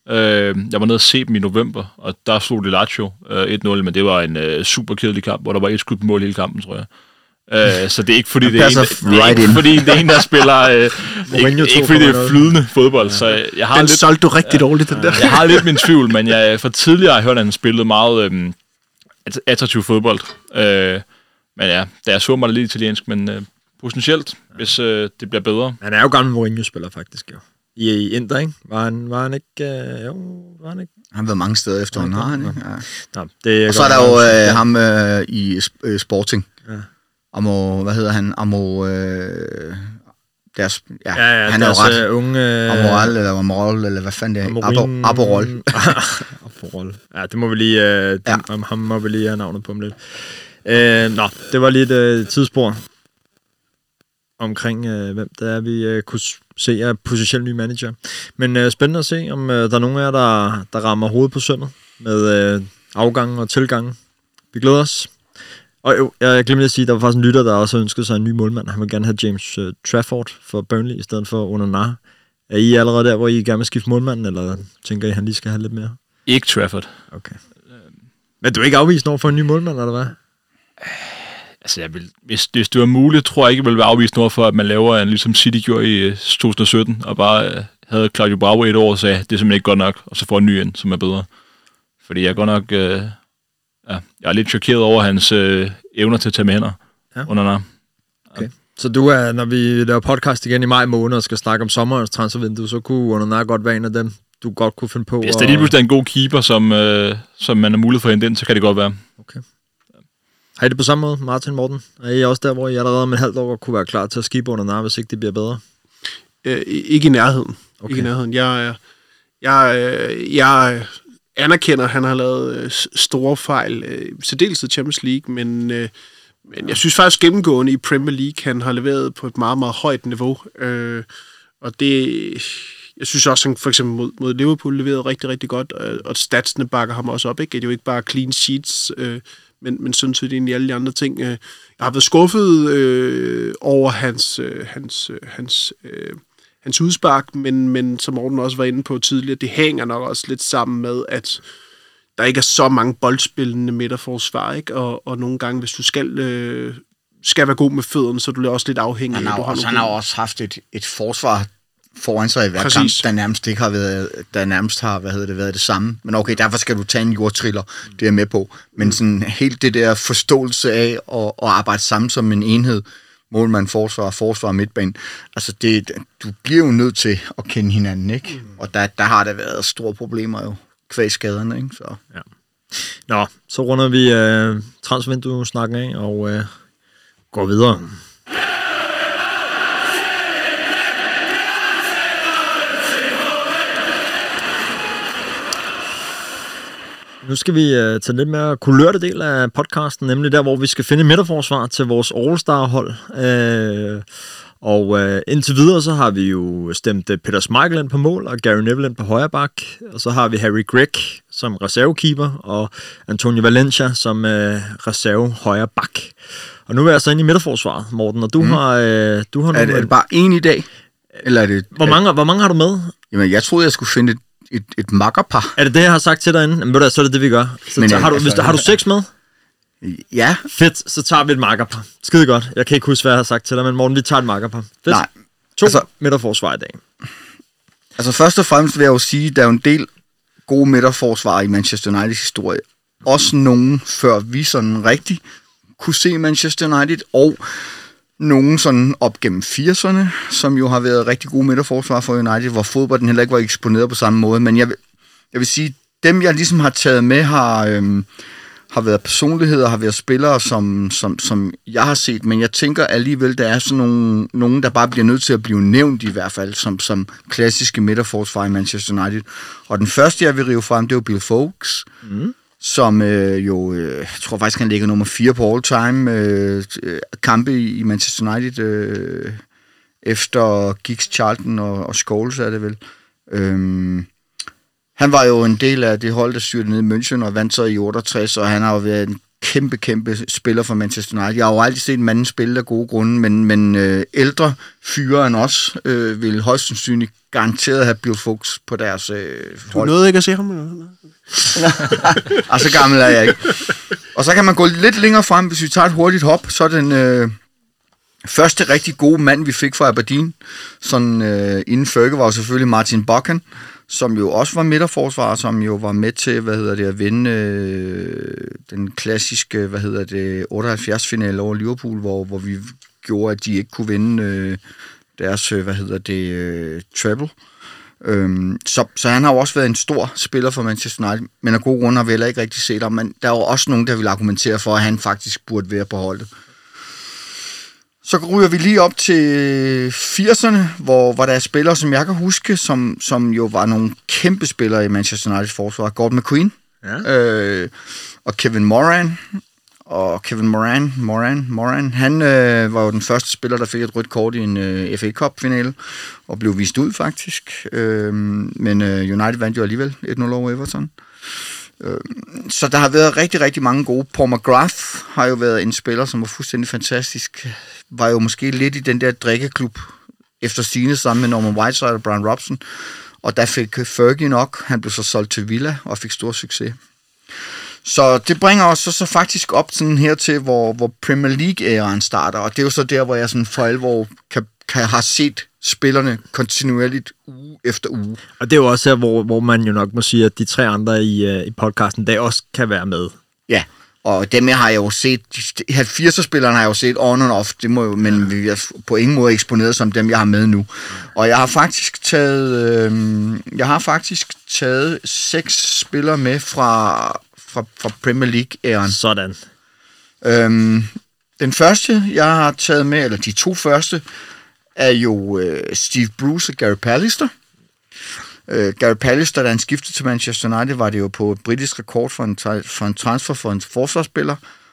Øh, jeg var nede og se dem i november, og der slog det Lazio øh, et nul, men det var en øh, super kedelig kamp, hvor der var et skud på mål hele kampen, tror jeg. Øh, så det er ikke fordi, det er, en, det er right ikke, fordi det er en, der spiller... Øh, ikke, ikke fordi det er flydende fodbold, ja. Så jeg har den lidt... solgte du rigtig dårligt, den der. Jeg har lidt min tvivl, men jeg for tidligere har hørt, at han spillede meget øh, attraktiv fodbold. Øh, men ja, da jeg så mig lidt italiensk, men øh, potentielt, hvis øh, det bliver bedre. Han er jo gammel Mourinho-spiller, faktisk, jo. I, i Inter, ikke? Var han, var han ikke... Øh, jo, var han ikke? Han har været mange steder efter, han har han, ikke? Ja. Nå, det er og så er der jo øh, ham øh, i øh, Sporting. Ja. Amo, hvad hedder han? Amo... Øh, deres, ja, ja, ja, han er jo ret. Uh, unge... Amoral, eller Amoral, eller hvad fanden det er? Amorin... Aborol. Aborol. Ja, det må vi lige... Øh, den, ja. Ham, ham må vi lige have navnet på ham lidt. Øh, nå, det var lige et øh, tidsspor omkring, øh, hvem det er, vi øh, kunne se af potentielt ny manager. Men øh, spændende at se, om øh, der er nogen af jer, der, der rammer hovedet på søndet med øh, afgangen og tilgangen. Vi glæder os. Og jo, jeg glemte at sige, at der var faktisk en lytter, der også ønskede sig en ny målmand. Han vil gerne have James uh, Trafford for Burnley i stedet for Onana. Er I allerede der, hvor I gerne vil skifte målmanden, eller tænker I, at han lige skal have lidt mere? Ikke Trafford. Okay. Men du er ikke afvist over for en ny målmand, eller hvad? Altså, jeg vil, hvis, hvis det var muligt, tror jeg ikke, jeg vil være afvist noget for, at man laver en, ligesom City gjorde i to tusind og sytten, og bare uh, havde Claudio Bravo et år og sagde, det er simpelthen ikke godt nok, og så får en ny ind, som er bedre. Fordi jeg er godt nok... Uh, ja, jeg er lidt chokeret over hans uh, evner til at tage med hænder ja. under nær. Okay. Så du er, når vi laver podcast igen i maj måned og skal snakke om sommerens transfervindue, så kunne Onana godt være en af dem, du godt kunne finde på. Hvis det lige pludselig er en god keeper, som, uh, som man har mulighed for at hente ind, så kan det godt være. Okay. Har I det på samme måde, Martin, Morten? Er I også der, hvor I allerede om et halvt år kunne være klar til at skibe Onana, hvis ikke det bliver bedre? Øh, ikke i nærheden. Okay. Ikke i nærheden. Jeg, jeg, jeg anerkender, at han har lavet store fejl, særdeles i Champions League, men, men jeg synes faktisk gennemgående i Premier League, han har leveret på et meget, meget højt niveau. Og det... Jeg synes også, han for eksempel mod, mod Liverpool leverede rigtig, rigtig godt, og statsene bakker ham også op. Ikke? Det er jo ikke bare clean sheets, øh, men, men sådan set egentlig alle de andre ting. Jeg har været skuffet øh, over hans, øh, hans, øh, hans, øh, hans udspark, men, men som Morten også var inde på tidligere, det hænger nok også lidt sammen med, at der ikke er så mange boldspillende midterforsvar, ikke? Og, og nogle gange, hvis du skal... Øh, skal være god med fødderne, så du er også lidt afhængig. Han har, du har også, han har også haft et, et forsvar foran sig i hver Præcis. kamp, der nærmest ikke har været, der nærmest har, hvad hedder det, været det samme. Men okay, derfor skal du tage en jordtriller, det er jeg med på. Men sådan helt det der forståelse af at, at arbejde sammen som en enhed, målmand, forsvar, forsvar, midtbane, altså det, du bliver jo nødt til at kende hinanden, ikke? Og der, der har der været store problemer jo, kvæg skaderne, ikke? Så. Ja. Nå, så runder vi øh, transfervindue-snakken af, og øh, går videre. Nu skal vi uh, tage lidt mere kulørte del af podcasten, nemlig der, hvor vi skal finde midterforsvar til vores All-Star-hold. Uh, og uh, indtil videre, så har vi jo stemt Peter Schmeichel ind på mål, og Gary Neville ind på højre bak. Og så har vi Harry Gregg som reservekeeper, og Antonio Valencia som uh, reserve højre bak. Og nu er jeg så inde i midterforsvaret, Morten, og du mm. har... Uh, du har er, det, er det bare en i dag? Eller er det... Hvor mange, hvor mange har du med? Jamen, jeg troede, jeg skulle finde et Et, et makkerpar. Er det det, jeg har sagt til dig inden? Jamen, ved du, så er det det, vi gør. Så Men, tager, har, du, altså, hvis, har du seks med? Ja. Fedt, så tager vi et makkerpar. Skide godt. Jeg kan ikke huske, hvad jeg har sagt til dig, men Morten, vi tager et makkerpar. Fedt. Nej. To altså, midterforsvar i dag. Altså først og fremmest vil jeg jo sige, at der er jo en del gode midterforsvar i Manchester Uniteds historie. Også nogen, før vi sådan rigtig kunne se Manchester United, og nogen sådan op gennem firserne, som jo har været rigtig gode midterforsvar for United, hvor fodbolden heller ikke var eksponeret på samme måde. Men jeg vil, jeg vil sige, dem jeg ligesom har taget med, har, øhm, har været personligheder, har været spillere, som, som, som jeg har set. Men jeg tænker alligevel, der er sådan nogle, nogen, der bare bliver nødt til at blive nævnt i hvert fald, som, som klassiske midterforsvar i Manchester United. Og den første, jeg vil rive frem, det er jo Bill Foulkes. Mm. Som øh, jo, øh, jeg tror faktisk, han ligger nummer fire på all-time øh, kampe i, i Manchester United, øh, efter Giggs, Charlton og, og Scholes, er det vel. Øhm, han var jo en del af det hold, der styrte ned i München og vandt så i otteogtres, og han har jo været en kæmpe, kæmpe spiller for Manchester United. Jeg har jo aldrig set manden spille af gode grunde, men, men øh, ældre fyre end os øh, vil højst sandsynligt garanteret have Bill Foulkes på deres øh, Du hold. nåede ikke at se ham? Eller? Og så gammel er jeg ikke. Og så kan man gå lidt længere frem, hvis vi tager et hurtigt hop, så er den øh, første rigtig gode mand, vi fik fra Aberdeen, sådan øh, inden Fergie, var jo selvfølgelig Martin Buchan, som jo også var midterforsvarer, som jo var med til, hvad hedder det, at vinde øh, den klassiske, hvad hedder det, otteoghalvfjerds-finale over Liverpool, hvor, hvor vi gjorde, at de ikke kunne vinde øh, deres, hvad hedder det, øh, treble. Øhm, så, så han har jo også været en stor spiller for Manchester United, men af gode grunde har vi heller ikke rigtig set ham, men der er jo også nogen, der vil argumentere for, at han faktisk burde være på holdet. Så ryger vi lige op til firserne, hvor, hvor der er spillere, som jeg kan huske, som, som jo var nogle kæmpe spillere i Manchester Uniteds forsvar. Gordon McQueen, ja. øh, og Kevin Moran, og Kevin Moran, Moran, Moran, han øh, var jo den første spiller, der fik et rødt kort i en øh, F A Cup-finale, og blev vist ud faktisk. Øh, men øh, United vandt jo alligevel et nul over Everton. Øh, så der har været rigtig, rigtig mange gode. Paul McGrath har jo været en spiller, som var fuldstændig fantastisk. Var jo måske lidt i den der drikkeklub efter sigende sammen med Norman Whiteside og Brian Robson. Og der fik Fergie nok. Han blev så solgt til Villa og fik stor succes. Så det bringer os så, så faktisk op sådan her til, hvor, hvor Premier League-æraen starter, og det er jo så der, hvor jeg sådan for alvor kan, kan have set spillerne kontinuerligt uge efter uge. Og det er jo også her, hvor, hvor man jo nok må sige, at de tre andre i, uh, i podcasten, der også kan være med. Ja, og dem jeg har jeg jo set, de halvfjerdser-spillerne har jeg jo set on and off, det må jo, men vi er på ingen måde eksponeret som dem, jeg har med nu. Og jeg har faktisk taget, øh, jeg har faktisk taget seks spillere med fra Fra, fra Premier League-æren. Sådan. Øhm, den første, jeg har taget med, eller de to første, er jo øh, Steve Bruce og Gary Pallister. Øh, Gary Pallister, da han skiftede til Manchester United, var det jo på et britisk rekord for en, for en transfer for en forsvarsspiller.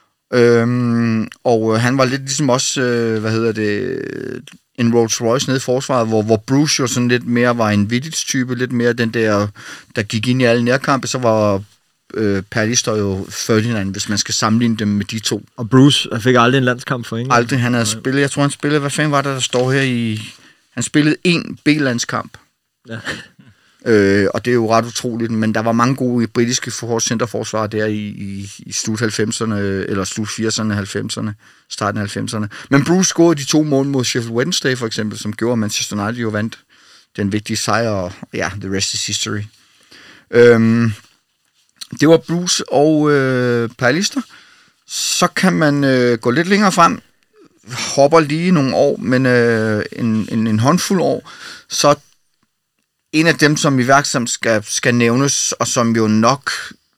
Øhm, og øh, han var lidt ligesom også, øh, hvad hedder det, en Rolls Royce nede i forsvaret, hvor, hvor Bruce jo sådan lidt mere var en Vidic-type, lidt mere den der, der gik ind i alle nærkampe, så var Øh, Pallister jo Ferdinand, hvis man skal sammenligne dem med de to. Og Bruce fik aldrig en landskamp for England? Aldrig. Han havde spillet, jeg tror han spillede, hvad fanden var der, der står her i... Han spillede én B-landskamp. Ja. Øh, og det er jo ret utroligt, men der var mange gode britiske centerforsvarer der i, i, i slut halvfemserne, eller slut firserne, halvfemserne, starten af halvfemserne. Men Bruce scorede de to mål mod Sheffield Wednesday for eksempel, som gjorde, at Manchester United jo vandt den vigtige sejr, og ja, the rest is history. Øhm, Det var Bruce og øh, Pallister. Så kan man øh, gå lidt længere frem, hopper lige nogle år, men øh, en, en, en håndfuld år. Så en af dem, som i værksam skal, skal nævnes, og som jo nok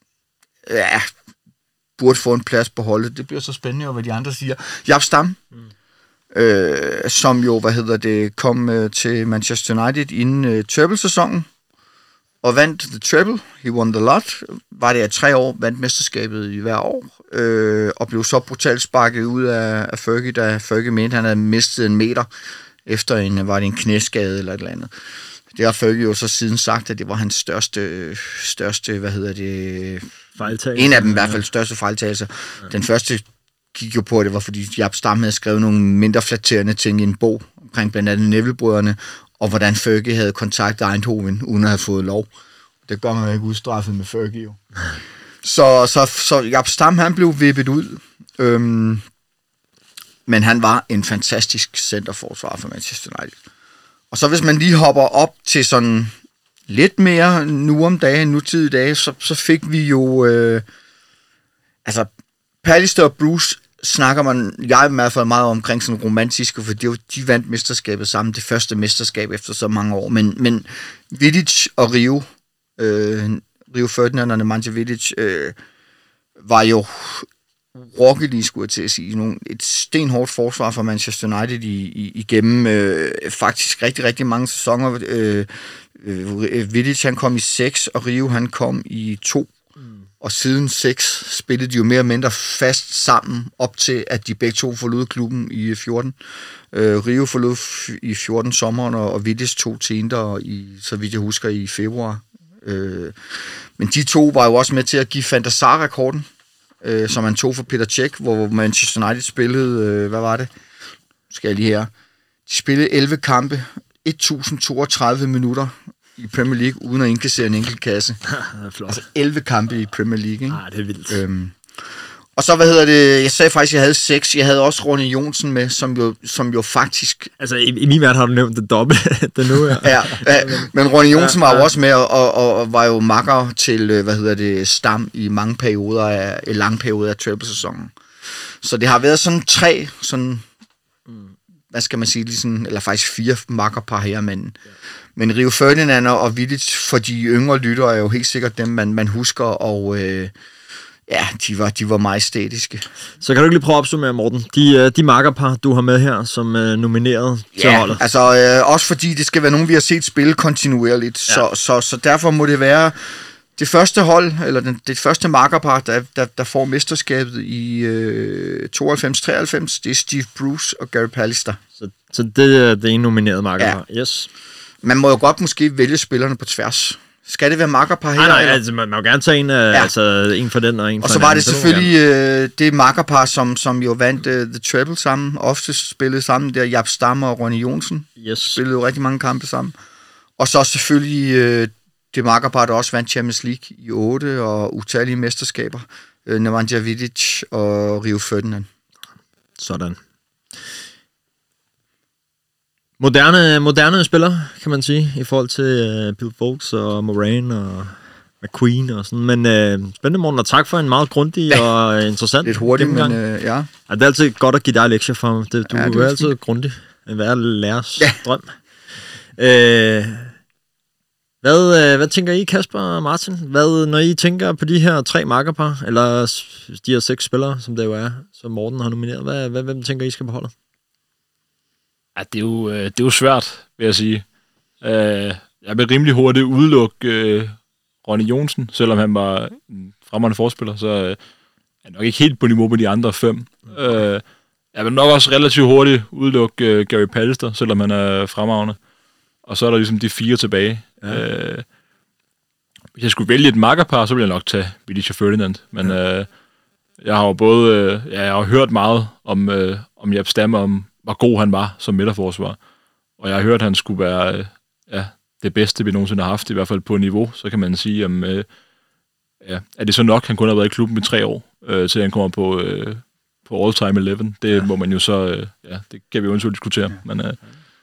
ja, burde få en plads på holdet, det bliver så spændende, hvad de andre siger. Jaap Stam, mm. øh, som jo, hvad hedder det, kom øh, til Manchester United inden øh, treble-sæsonen, og vandt the treble. He won the lot. Var det af tre år, vandt mesterskabet i hver år, øh, og blev så brutalt sparket ud af, af Fergie, da Fergie mente, han havde mistet en meter efter en, var det en knæskade eller et eller andet. Det har Fergie jo så siden sagt, at det var hans største, største hvad hedder det... fejltagelse. En af dem i hvert fald største fejltagelse. Ja. Den første gik jo på, at det var fordi Jaap Stam havde skrevet nogle mindre flatterende ting i en bog omkring blandt andet Neville-brødrene, og hvordan Fergie havde kontaktet Eindhoven, uden at have fået lov. Det gør man jo ikke udstraffet med Fergie, jo. så, så, så Jaap Stam, han blev vippet ud. Øhm, men han var en fantastisk centerforsvarer for Manchester United. Og så hvis man lige hopper op til sådan lidt mere nu om dagen, nutidige dage, så, så fik vi jo... Øh, altså, Pallister og Bruce snakker man, jeg i hvert fald meget omkring sådan romantiske, for de, de vandt mesterskabet sammen, det første mesterskab efter så mange år, men, men Vidic og Rio, øh, Rio Ferdinand og Nemanja Vidic, øh, var jo rockelige, skulle jeg til at sige, nogle, et stenhårdt forsvar for Manchester United i, i, igennem øh, faktisk rigtig, rigtig mange sæsoner. Øh, øh, Vidic, han kom i seks, og Rio, han kom i to. Og siden seks spillede de jo mere eller mindre fast sammen, op til, at de begge to forlod klubben i fjorten. Øh, Rio forlod f- i fjorten sommeren, og, og Vidic tog til Inter, i, så vidt jeg husker, i februar. Øh, men de to var jo også med til at give Van der Sar-rekorden øh, som han tog for Peter Cech, hvor Manchester United spillede, øh, hvad var det? Skal jeg lige her. De spillede elleve kampe, et tusind toogtredive minutter i Premier League, uden at indkassere en enkelt kasse. Altså elleve kampe i Premier League, ikke? Ah, det er vildt. Øhm. Og så, hvad hedder det, jeg sagde faktisk, at jeg havde seks. Jeg havde også Ronny Jonsen med, som jo, som jo faktisk... Altså, i, i min verden har du nævnt det dobbelt, det nu er. Ja, ja, men Ronny Jonsen var jo også med, og, og, og var jo makker til, hvad hedder det, Stam i mange perioder af, i lange perioder af treble-sæsonen. Så det har været sådan tre, sådan, hvad skal man sige, ligesom, eller faktisk fire makkerpar her, men, ja. men Rio Ferdinand og Vidic, for de yngre lyttere, er jo helt sikkert dem, man, man husker, og... Øh, ja, de var, de var majestætiske. Så kan du ikke lige prøve at opsummere, Morten, de, de makkerpar, du har med her, som er nomineret ja, til holdet? altså øh, også fordi det skal være nogen, vi har set spille kontinuerligt, ja. så, så, så derfor må det være det første hold, eller den, det første makkerpar, der, der, der får mesterskabet i øh, tooghalvfems treoghalvfems, det er Steve Bruce og Gary Pallister. Så, så det er det ene nominerede makkerpar, ja. Yes. Man må jo godt måske vælge spillerne på tværs. Skal det være makkerpar her? Nej, nej, altså, man må jo gerne tage en, ja. altså, en for den og en for og så den var anden. det selvfølgelig øh, det makkerpar, som, som jo vandt uh, The Treble sammen, ofte spillede sammen, der Jaap Stam og Ronny Jonsen. Yes. Spillede jo rigtig mange kampe sammen. Og så selvfølgelig øh, det makkerpar, der også vandt Champions League i otte og utallige mesterskaber. Øh, Nemanja Vidic og Rio Ferdinand. Sådan. Moderne, moderne spillere, kan man sige, i forhold til uh, Bill Folks og Moran og McQueen og sådan. Men uh, spændende, Morten, og tak for en meget grundig ja. og interessant lidt hurtigt, gennemgang. Men uh, ja. ja. Det er altid godt at give dig lektier for. Det, du ja, er altid fint. Grundig. Hver lærers ja. drøm. Uh, hvad, uh, hvad tænker I, Kasper og Martin? Hvad, når I tænker på de her tre makkerpar, eller de her seks spillere, som det jo er, som Morten har nomineret, hvad, hvad, hvem tænker I skal beholde? Ja, det er jo, det er jo svært, vil jeg sige. Jeg vil rimelig hurtigt udelukke Ronny Jonsen, selvom han var en fremragende forspiller, så er han nok ikke helt på niveau med de andre fem. Jeg vil nok også relativt hurtigt udelukke Gary Pallister, selvom han er fremragende. Og så er der ligesom de fire tilbage. Ja. Hvis jeg skulle vælge et makkerpar, så ville jeg nok tage Vidic og Ferdinand. Men ja. jeg har jo både ja, jeg har hørt meget om, om Jaap Stam, om hvor god han var som midterforsvar. Og jeg har hørt, at han skulle være ja, det bedste, vi nogensinde har haft, i hvert fald på niveau. Så kan man sige, om, øh, ja, er det så nok, han kun har været i klubben i tre år, øh, til han kommer på, øh, på all-time elleve. Det ja. må man jo så, øh, ja, det kan vi jo eventuelt diskutere. Ja. Men, øh,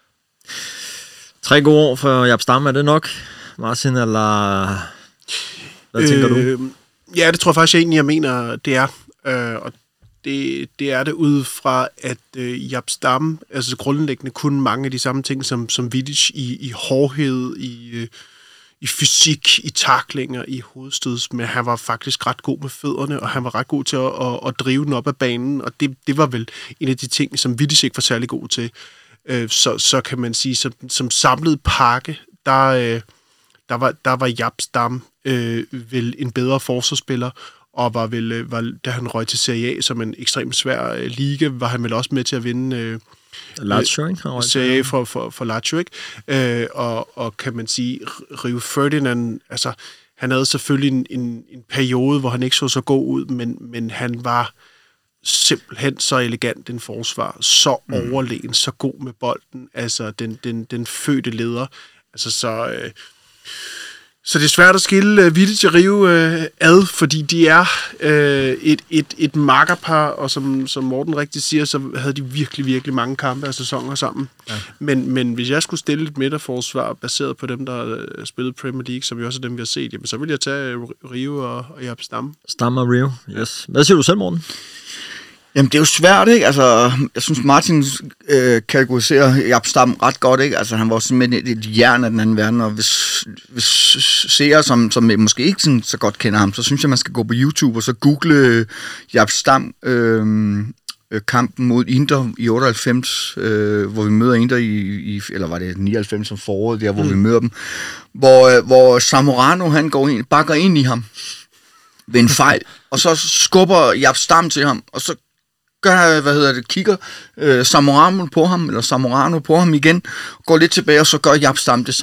Tre gode år for Jaap Stam, er det nok, Martin, eller hvad øh, tænker du? Ja, det tror jeg faktisk egentlig, jeg mener, det er. Øh, og Det, det er det ud fra, at øh, Jaap Stam, altså grundlæggende kun mange af de samme ting som, som Vidic i, i hårdhed, i, øh, i fysik, i taklinger, i hovedstøds, men han var faktisk ret god med fødderne, og han var ret god til at, at, at drive den op ad banen, og det, det var vel en af de ting, som Vidic ikke var særlig god til. Øh, så, så kan man sige, som, som samlet pakke, der, øh, der, var, der var Jaap Stam øh, vel en bedre forsvarsspiller, og var vel, var, da han røg til Serie A som en ekstremt svær øh, liga, var han vel også med til at vinde øh, Lazio, ikke? Serie A for, for, for Lazio, ikke? Øh, og, og kan man sige, Rio Ferdinand, altså, han havde selvfølgelig en, en, en periode, hvor han ikke så så god ud, men, men han var simpelthen så elegant en forsvar, så mm. overlegen, så god med bolden, altså den, den, den fødte leder, altså så... Øh, Så det er svært at skille uh, Vidic og Rio uh, ad, fordi de er uh, et, et, et makkerpar, og som, som Morten rigtig siger, så havde de virkelig, virkelig mange kampe af sæsoner sammen. Ja. Men, men hvis jeg skulle stille et midterforsvar baseret på dem, der har spillet Premier League, som jo også er dem, vi har set, jamen, så ville jeg tage Rio og, og Jaap Stam. Stam og Rio, yes. Hvad siger du selv, Morten? Jamen, det er jo svært, ikke? Altså, jeg synes, Martin øh, kategoriserer Jaap Stam ret godt, ikke? Altså, han var simpelthen et, et jern af den anden verden, og hvis, hvis seere, som, som måske ikke sådan, så godt kender ham, så synes jeg, man skal gå på YouTube og så google Jaap Stam øh, kampen mod Inter i otteoghalvfems, øh, hvor vi møder Inter i, i, eller var det nioghalvfems som foråret, der hvor mm. vi møder dem, hvor, hvor Zamorano, han går ind, bakker ind i ham ved en fejl, og så skubber Jaap Stam til ham, og så gør, hvad hedder det, kigger øh, Zamorano på ham, eller Zamorano på ham igen, går lidt tilbage, og så gør Jaap Stam det samme.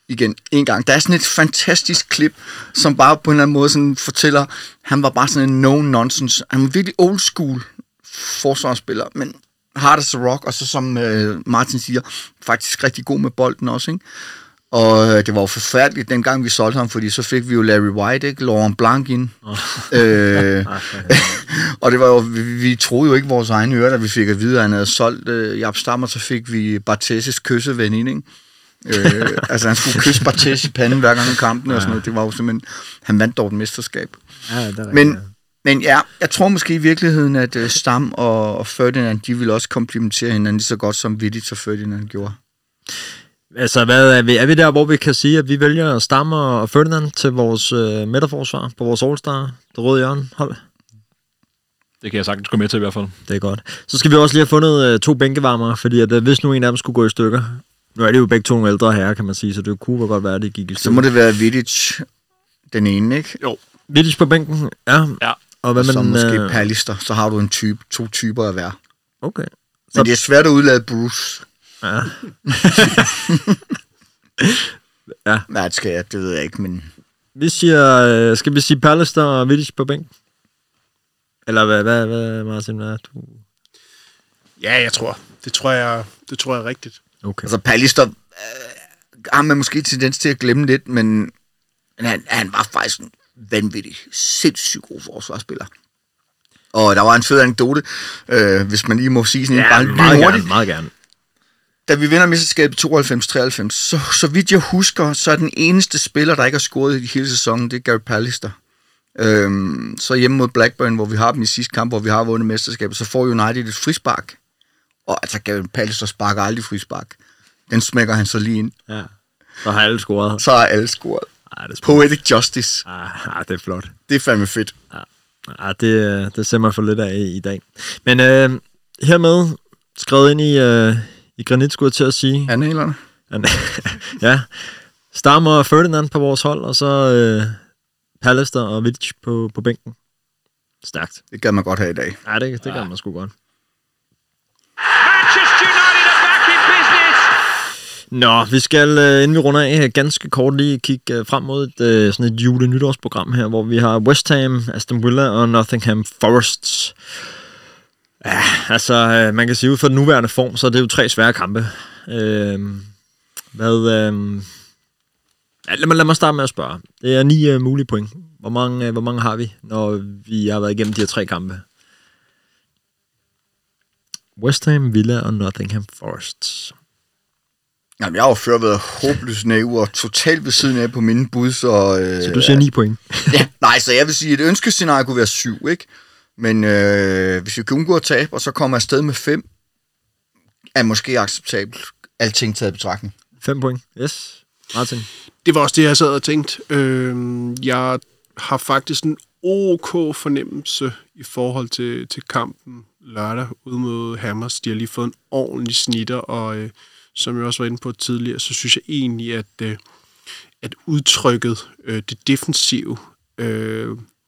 igen en gang. Der er sådan et fantastisk klip, som bare på en eller anden måde sådan fortæller, han var bare sådan en no-nonsense. Han var virkelig old school forsvarsspiller, men hard as a rock, og så som øh, Martin siger, faktisk rigtig god med bolden også, ikke? Og det var jo forfærdeligt, dengang vi solgte ham, fordi så fik vi jo Larry White, ikke? Laurent Blanc ind. Oh. Øh, og det var jo, vi, vi troede jo ikke vores egne ører, da vi fik at vide, at han havde solgt øh, Jaap Stam, og så fik vi Barthez' kysseven ind, ikke? øh, altså han skulle kysse Barthez i panden hver gang i kampen, og sådan noget. Det var jo simpelthen, han vandt dog et mesterskab. Ja, det er men, men ja, jeg tror måske i virkeligheden, at øh, Stam og, og Ferdinand, de ville også komplementere hinanden lige så godt, som Vidic og Ferdinand gjorde. Altså, hvad er vi? Er vi der, hvor vi kan sige, at vi vælger Stam og Ferdinand til vores øh, midterforsvar på vores All-Star, det røde hjørne hold? Det kan jeg sagtens gå med til i hvert fald. Det er godt. Så skal vi også lige have fundet øh, to bænkevarmere, fordi at, øh, hvis nu en af dem skulle gå i stykker, nu er det jo begge to nogle ældre herrer, kan man sige, så det kunne godt være, at det gik i stykker. Så må det være Vidic, den ene, ikke? Jo. Vidic på bænken, ja. Ja. Og hvad og så man, måske øh... Pallister, så har du en type, to typer af hver. Okay. Så... Men det er svært at udlade Bruce. Ja. ja. Nej, det skal jeg, det ved jeg ikke, men... Vi siger, øh, skal vi sige Pallister og Vidic på bænken? Eller hvad, hvad, hvad Martin, hvad er du? Ja, jeg tror. Det tror jeg, det tror jeg er rigtigt. Okay. Altså, Pallister øh, har man måske tendens til at glemme lidt, men han, han var faktisk en vanvittig, sindssygt god forsvarsspiller. Og der var en fed anekdote, øh, hvis man lige må sige sådan en, ja, bare meget hurtigt. gerne, meget gerne. Da vi vinder mesterskabet tooghalvfems treoghalvfems, så, så vidt jeg husker, så er den eneste spiller, der ikke har scoret i hele sæsonen, det er Gary Pallister. Øhm, så hjemme mod Blackburn, hvor vi har dem i sidste kamp, hvor vi har vundet mesterskabet, så får United et frispark. Og altså Gary Pallister sparker aldrig frispark. Den smækker han så lige ind. Ja. Så har alle scoret. Så har alle scoret. Ej, det er Poetic justice. Ah, det er flot. Det er fandme fedt. Ja. Ah, det, det ser man for lidt af i dag. Men øh, hermed skrevet ind i, øh, i granit, skulle jeg til at sige. Anhalerne. Ja. Stam og Ferdinand på vores hold, og så øh, Pallister og Vidic på, på bænken. Stærkt. Det gad man godt have i dag. Ja, det, det gad man sgu godt. Manchester United are back in business. Nå, vi skal, øh, inden vi runder af, ganske kort lige kigge øh, frem mod et, øh, sådan et jule-nytårsprogram her, hvor vi har West Ham, Aston Villa og Nottingham Forest. Ja, altså, øh, man kan sige, ud fra den nuværende form, så er det jo tre svære kampe. Øh, hvad... Øh, ja, lad, mig, lad mig starte med at spørge. Det er ni øh, mulige point. Hvor mange, øh, hvor mange har vi, når vi har været igennem de her tre kampe? West Ham, Villa og Nottingham Forest. Jamen, jeg har jo før været håbløs naiv og totalt ved siden af på mine bud, så... Øh, Så du siger ni point? Ja, nej, så jeg vil sige, at et ønskescenarie kunne være syv, ikke? Men øh, hvis vi kan undgå at tabe, og så kommer afsted med fem, er måske acceptabelt. Alting taget i betragtning. Fem point, yes. Martin? Det var også det, jeg sad og tænkte. Øh, jeg har faktisk en ok fornemmelse i forhold til, til kampen lørdag ude mod Hammers. De har lige fået en ordentlig snitter, og øh, som jeg også var inde på tidligere, så synes jeg egentlig, at, øh, at udtrykket, øh, det defensive, øh,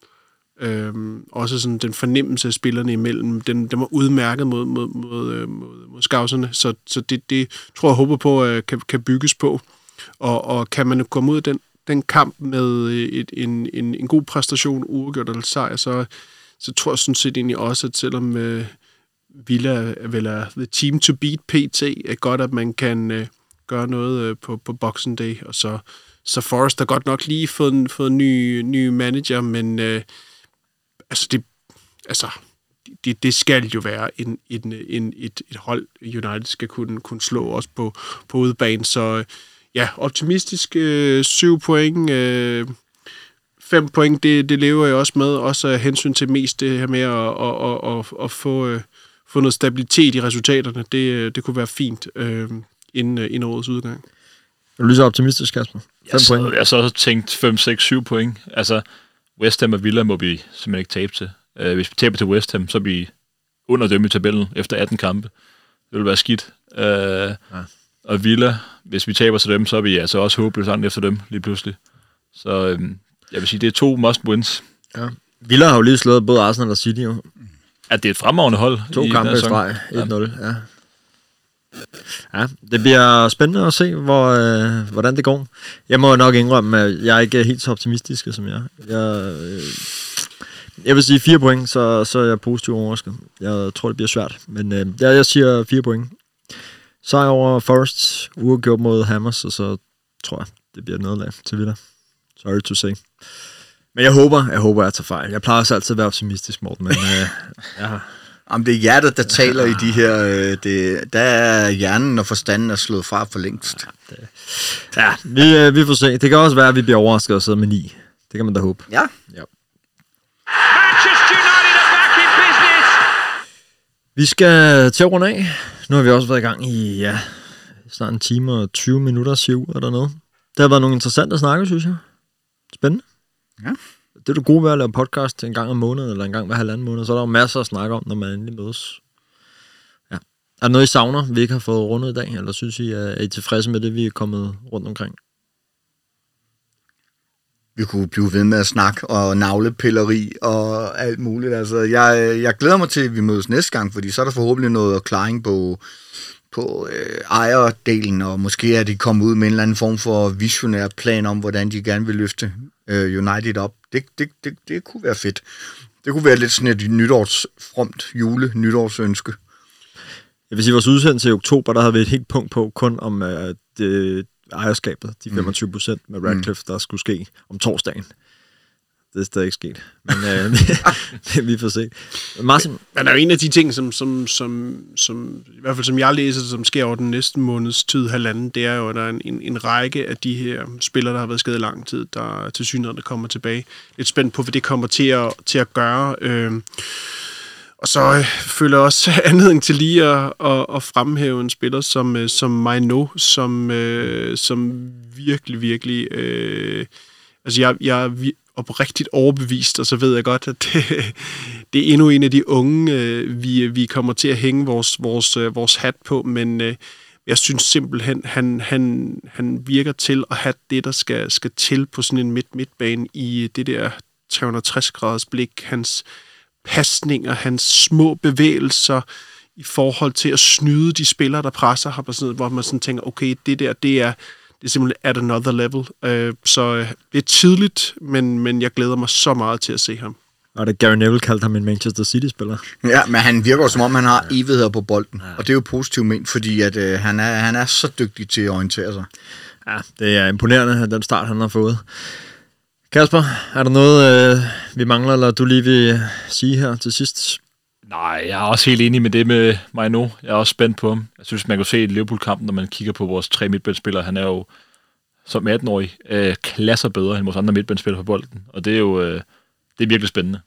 øh, også sådan den fornemmelse af spillerne imellem, den, den var udmærket mod, mod, mod, mod, mod skavserne, så, så det, det tror jeg håber på, at kan, kan bygges på. Og, og kan man komme ud af den, den kamp med et, en, en, en god præstation, uafgjort eller sejr, så, så tror jeg sådan set egentlig også, at selvom øh, Villa vel er the team to beat P T, er godt, at man kan øh, gøre noget øh, på, på Boxing Day, og så, så Forrest har godt nok lige fået en, fået en ny, ny manager, men øh, altså, det, altså det, det skal jo være en, en, en, et, et hold, United skal kunne, kunne slå også på, på udebane, så ja, optimistisk øh, syv point, øh, fem point, det, det lever jeg også med, også af hensyn til mest det her med at, at, at, at, at få, øh, få noget stabilitet i resultaterne. Det, det kunne være fint øh, inden, inden årets udgang. Er du lige så optimistisk, Kasper? Jeg, så, jeg så tænkt fem, seks, syv point. Altså, West Ham og Villa må vi simpelthen ikke tabe til. Uh, hvis vi taber til West Ham, så er vi under dem i tabellen efter atten kampe. Det vil være skidt. Uh, ja. Og Villa, hvis vi taber til dem, så er vi altså også håbløse efter dem lige pludselig. Så um, jeg vil sige, det er to must-wins. Ja. Villa har jo lige slået både Arsenal og City. Jo. Ja, det er et fremragende hold. To kampe i streg. et nul, ja. Ja, det bliver spændende at se, hvor, øh, hvordan det går. Jeg må nok indrømme, at jeg er ikke helt så optimistisk som jeg. Jeg, øh, jeg vil sige fire point, så, så er jeg positiv overrasket. Jeg tror, det bliver svært, men øh, jeg, jeg siger fire point. Sejr over Forest, uafgjort mod Hammers, og så tror jeg, det bliver nederlag til Villa. Sorry to say. Men jeg håber, jeg håber, jeg tager fejl. Jeg plejer også altid at være optimistisk, Morten, men øh, jeg har... Jamen, det er hjertet, der taler i de her... Øh, det, der er hjernen og forstanden er slået fra for længst. Ja, det, ja vi, øh, vi får se. Det kan også være, at vi bliver overrasket og sidder med ni. Det kan man da håbe. Ja. ja. Manchester United are back in business. Vi skal til at runde af. Nu har vi også været i gang i ja, snart en time og tyve minutter, syv eller noget. Det har været nogle interessante snakke, synes jeg. Spændende. Ja. Det er du gode ved at lave podcast en gang om måneden, eller en gang hver halvanden måned, så er der jo masser at snakke om, når man endelig mødes. Ja. Er der noget, I savner, vi ikke har fået rundet i dag, eller synes I, er I tilfredse med det, vi er kommet rundt omkring? Vi kunne blive ved med at snakke og navlepilleri og alt muligt. Altså, jeg, jeg glæder mig til, at vi mødes næste gang, fordi så er der forhåbentlig noget klaring på, på øh, ejerdelen, og måske er de kommet ud med en eller anden form for visionær plan om, hvordan de gerne vil løfte øh, United op. Det, det, det, det kunne være fedt. Det kunne være lidt sådan et nytårsfromt jule-nytårsønske. Jeg vil sige, vores udsendelse i oktober, der havde vi et helt punkt på, kun om uh, det, ejerskabet, de femogtyve procent med Radcliffe, der skulle ske om torsdagen. Det er stadig ikke sket, men øh, vi får se. Martin? Men der er jo en af de ting, som, som, som, som, i hvert fald som jeg læser, som sker over den næste måneds tid, halvanden, det er jo, at der er en, en, en række af de her spillere, der har været skadet lang tid, der til synligheden kommer tilbage. Lidt spændt på, hvad det kommer til at, til at gøre. Øh, Og så øh, føler jeg også anledning til lige at, at, at fremhæve en spiller som, øh, som Maino, som, øh, som virkelig, virkelig... Øh, altså, jeg, jeg er oprigtigt overbevist, og så ved jeg godt, at det, det er endnu en af de unge, øh, vi, vi kommer til at hænge vores, vores, øh, vores hat på, men øh, jeg synes simpelthen, han, han, han virker til at have det, der skal, skal til på sådan en midt-midtbane i det der tre hundrede og tres graders blik, hans pasninger, hans små bevægelser i forhold til at snyde de spillere, der presser ham, og sådan noget, hvor man sådan tænker, okay, det der, det er, det er simpelthen at another level. Uh, så uh, det er tidligt, men, men jeg glæder mig så meget til at se ham. Og det Gary Neville kaldte ham en Manchester City-spiller. Ja, men han virker som om, han har evigheder på bolden, ja. Og det er jo positivt ment, fordi at, uh, han, er, han er så dygtig til at orientere sig. Ja, det er imponerende, den start, han har fået. Kasper, er der noget, øh, vi mangler, eller du lige vil sige her til sidst? Nej, jeg er også helt enig med det med Maino. Jeg er også spændt på ham. Jeg synes, man kan se i Liverpool-kampen, når man kigger på vores tre midtbanespillere. Han er jo som atten-årig øh, klasser bedre end vores andre midtbanespillere på bolden. Og det er jo øh, det er virkelig spændende.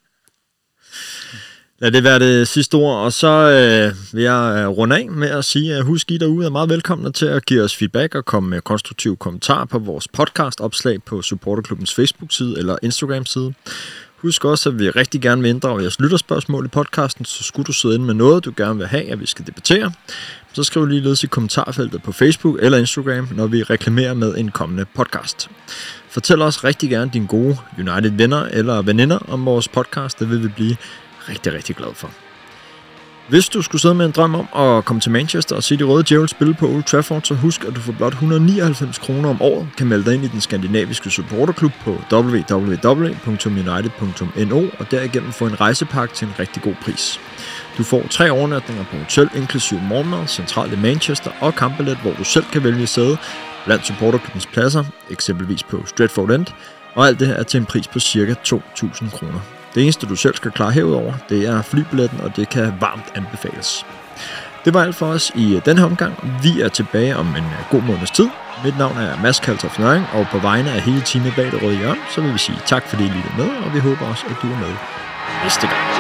Lad det være det sidste ord, og så øh, vil jeg runde af med at sige, at husk I derude er meget velkomne til at give os feedback og komme med konstruktive kommentarer på vores podcast-opslag på Supporterklubbens Facebook-side eller Instagram-side. Husk også, at vi rigtig gerne vil inddrage jeres lytterspørgsmål i podcasten, så skulle du sidde inde med noget, du gerne vil have, at vi skal debattere, så skriv ligeledes i kommentarfeltet på Facebook eller Instagram, når vi reklamerer med en kommende podcast. Fortæl os rigtig gerne dine gode United-venner eller veninder om vores podcast, det vil vi blive rigtig, rigtig glad for. Hvis du skulle sidde med en drøm om at komme til Manchester og se de røde djævel spille på Old Trafford, så husk, at du for blot et hundrede og nioghalvfems kroner om året kan melde dig ind i den skandinaviske supporterklub på w w w punktum united punktum n o og derigennem få en rejsepakke til en rigtig god pris. Du får tre overnatninger på hotel, inklusive morgenmad, centralt i Manchester og kampbillet, hvor du selv kan vælge sæde blandt supporterklubbens pladser, eksempelvis på Stratford End, og alt det her er til en pris på ca. to tusind kroner. Det eneste, du selv skal klare herudover, det er flybilletten, og det kan varmt anbefales. Det var alt for os i denne omgang. Vi er tilbage om en god måneds tid. Mit navn er Mads Kaltoff Nøring, og på vegne af hele teamet bag det røde hjørne, så vil vi sige tak, fordi I lyttede med, og vi håber også, at du er med næste gang.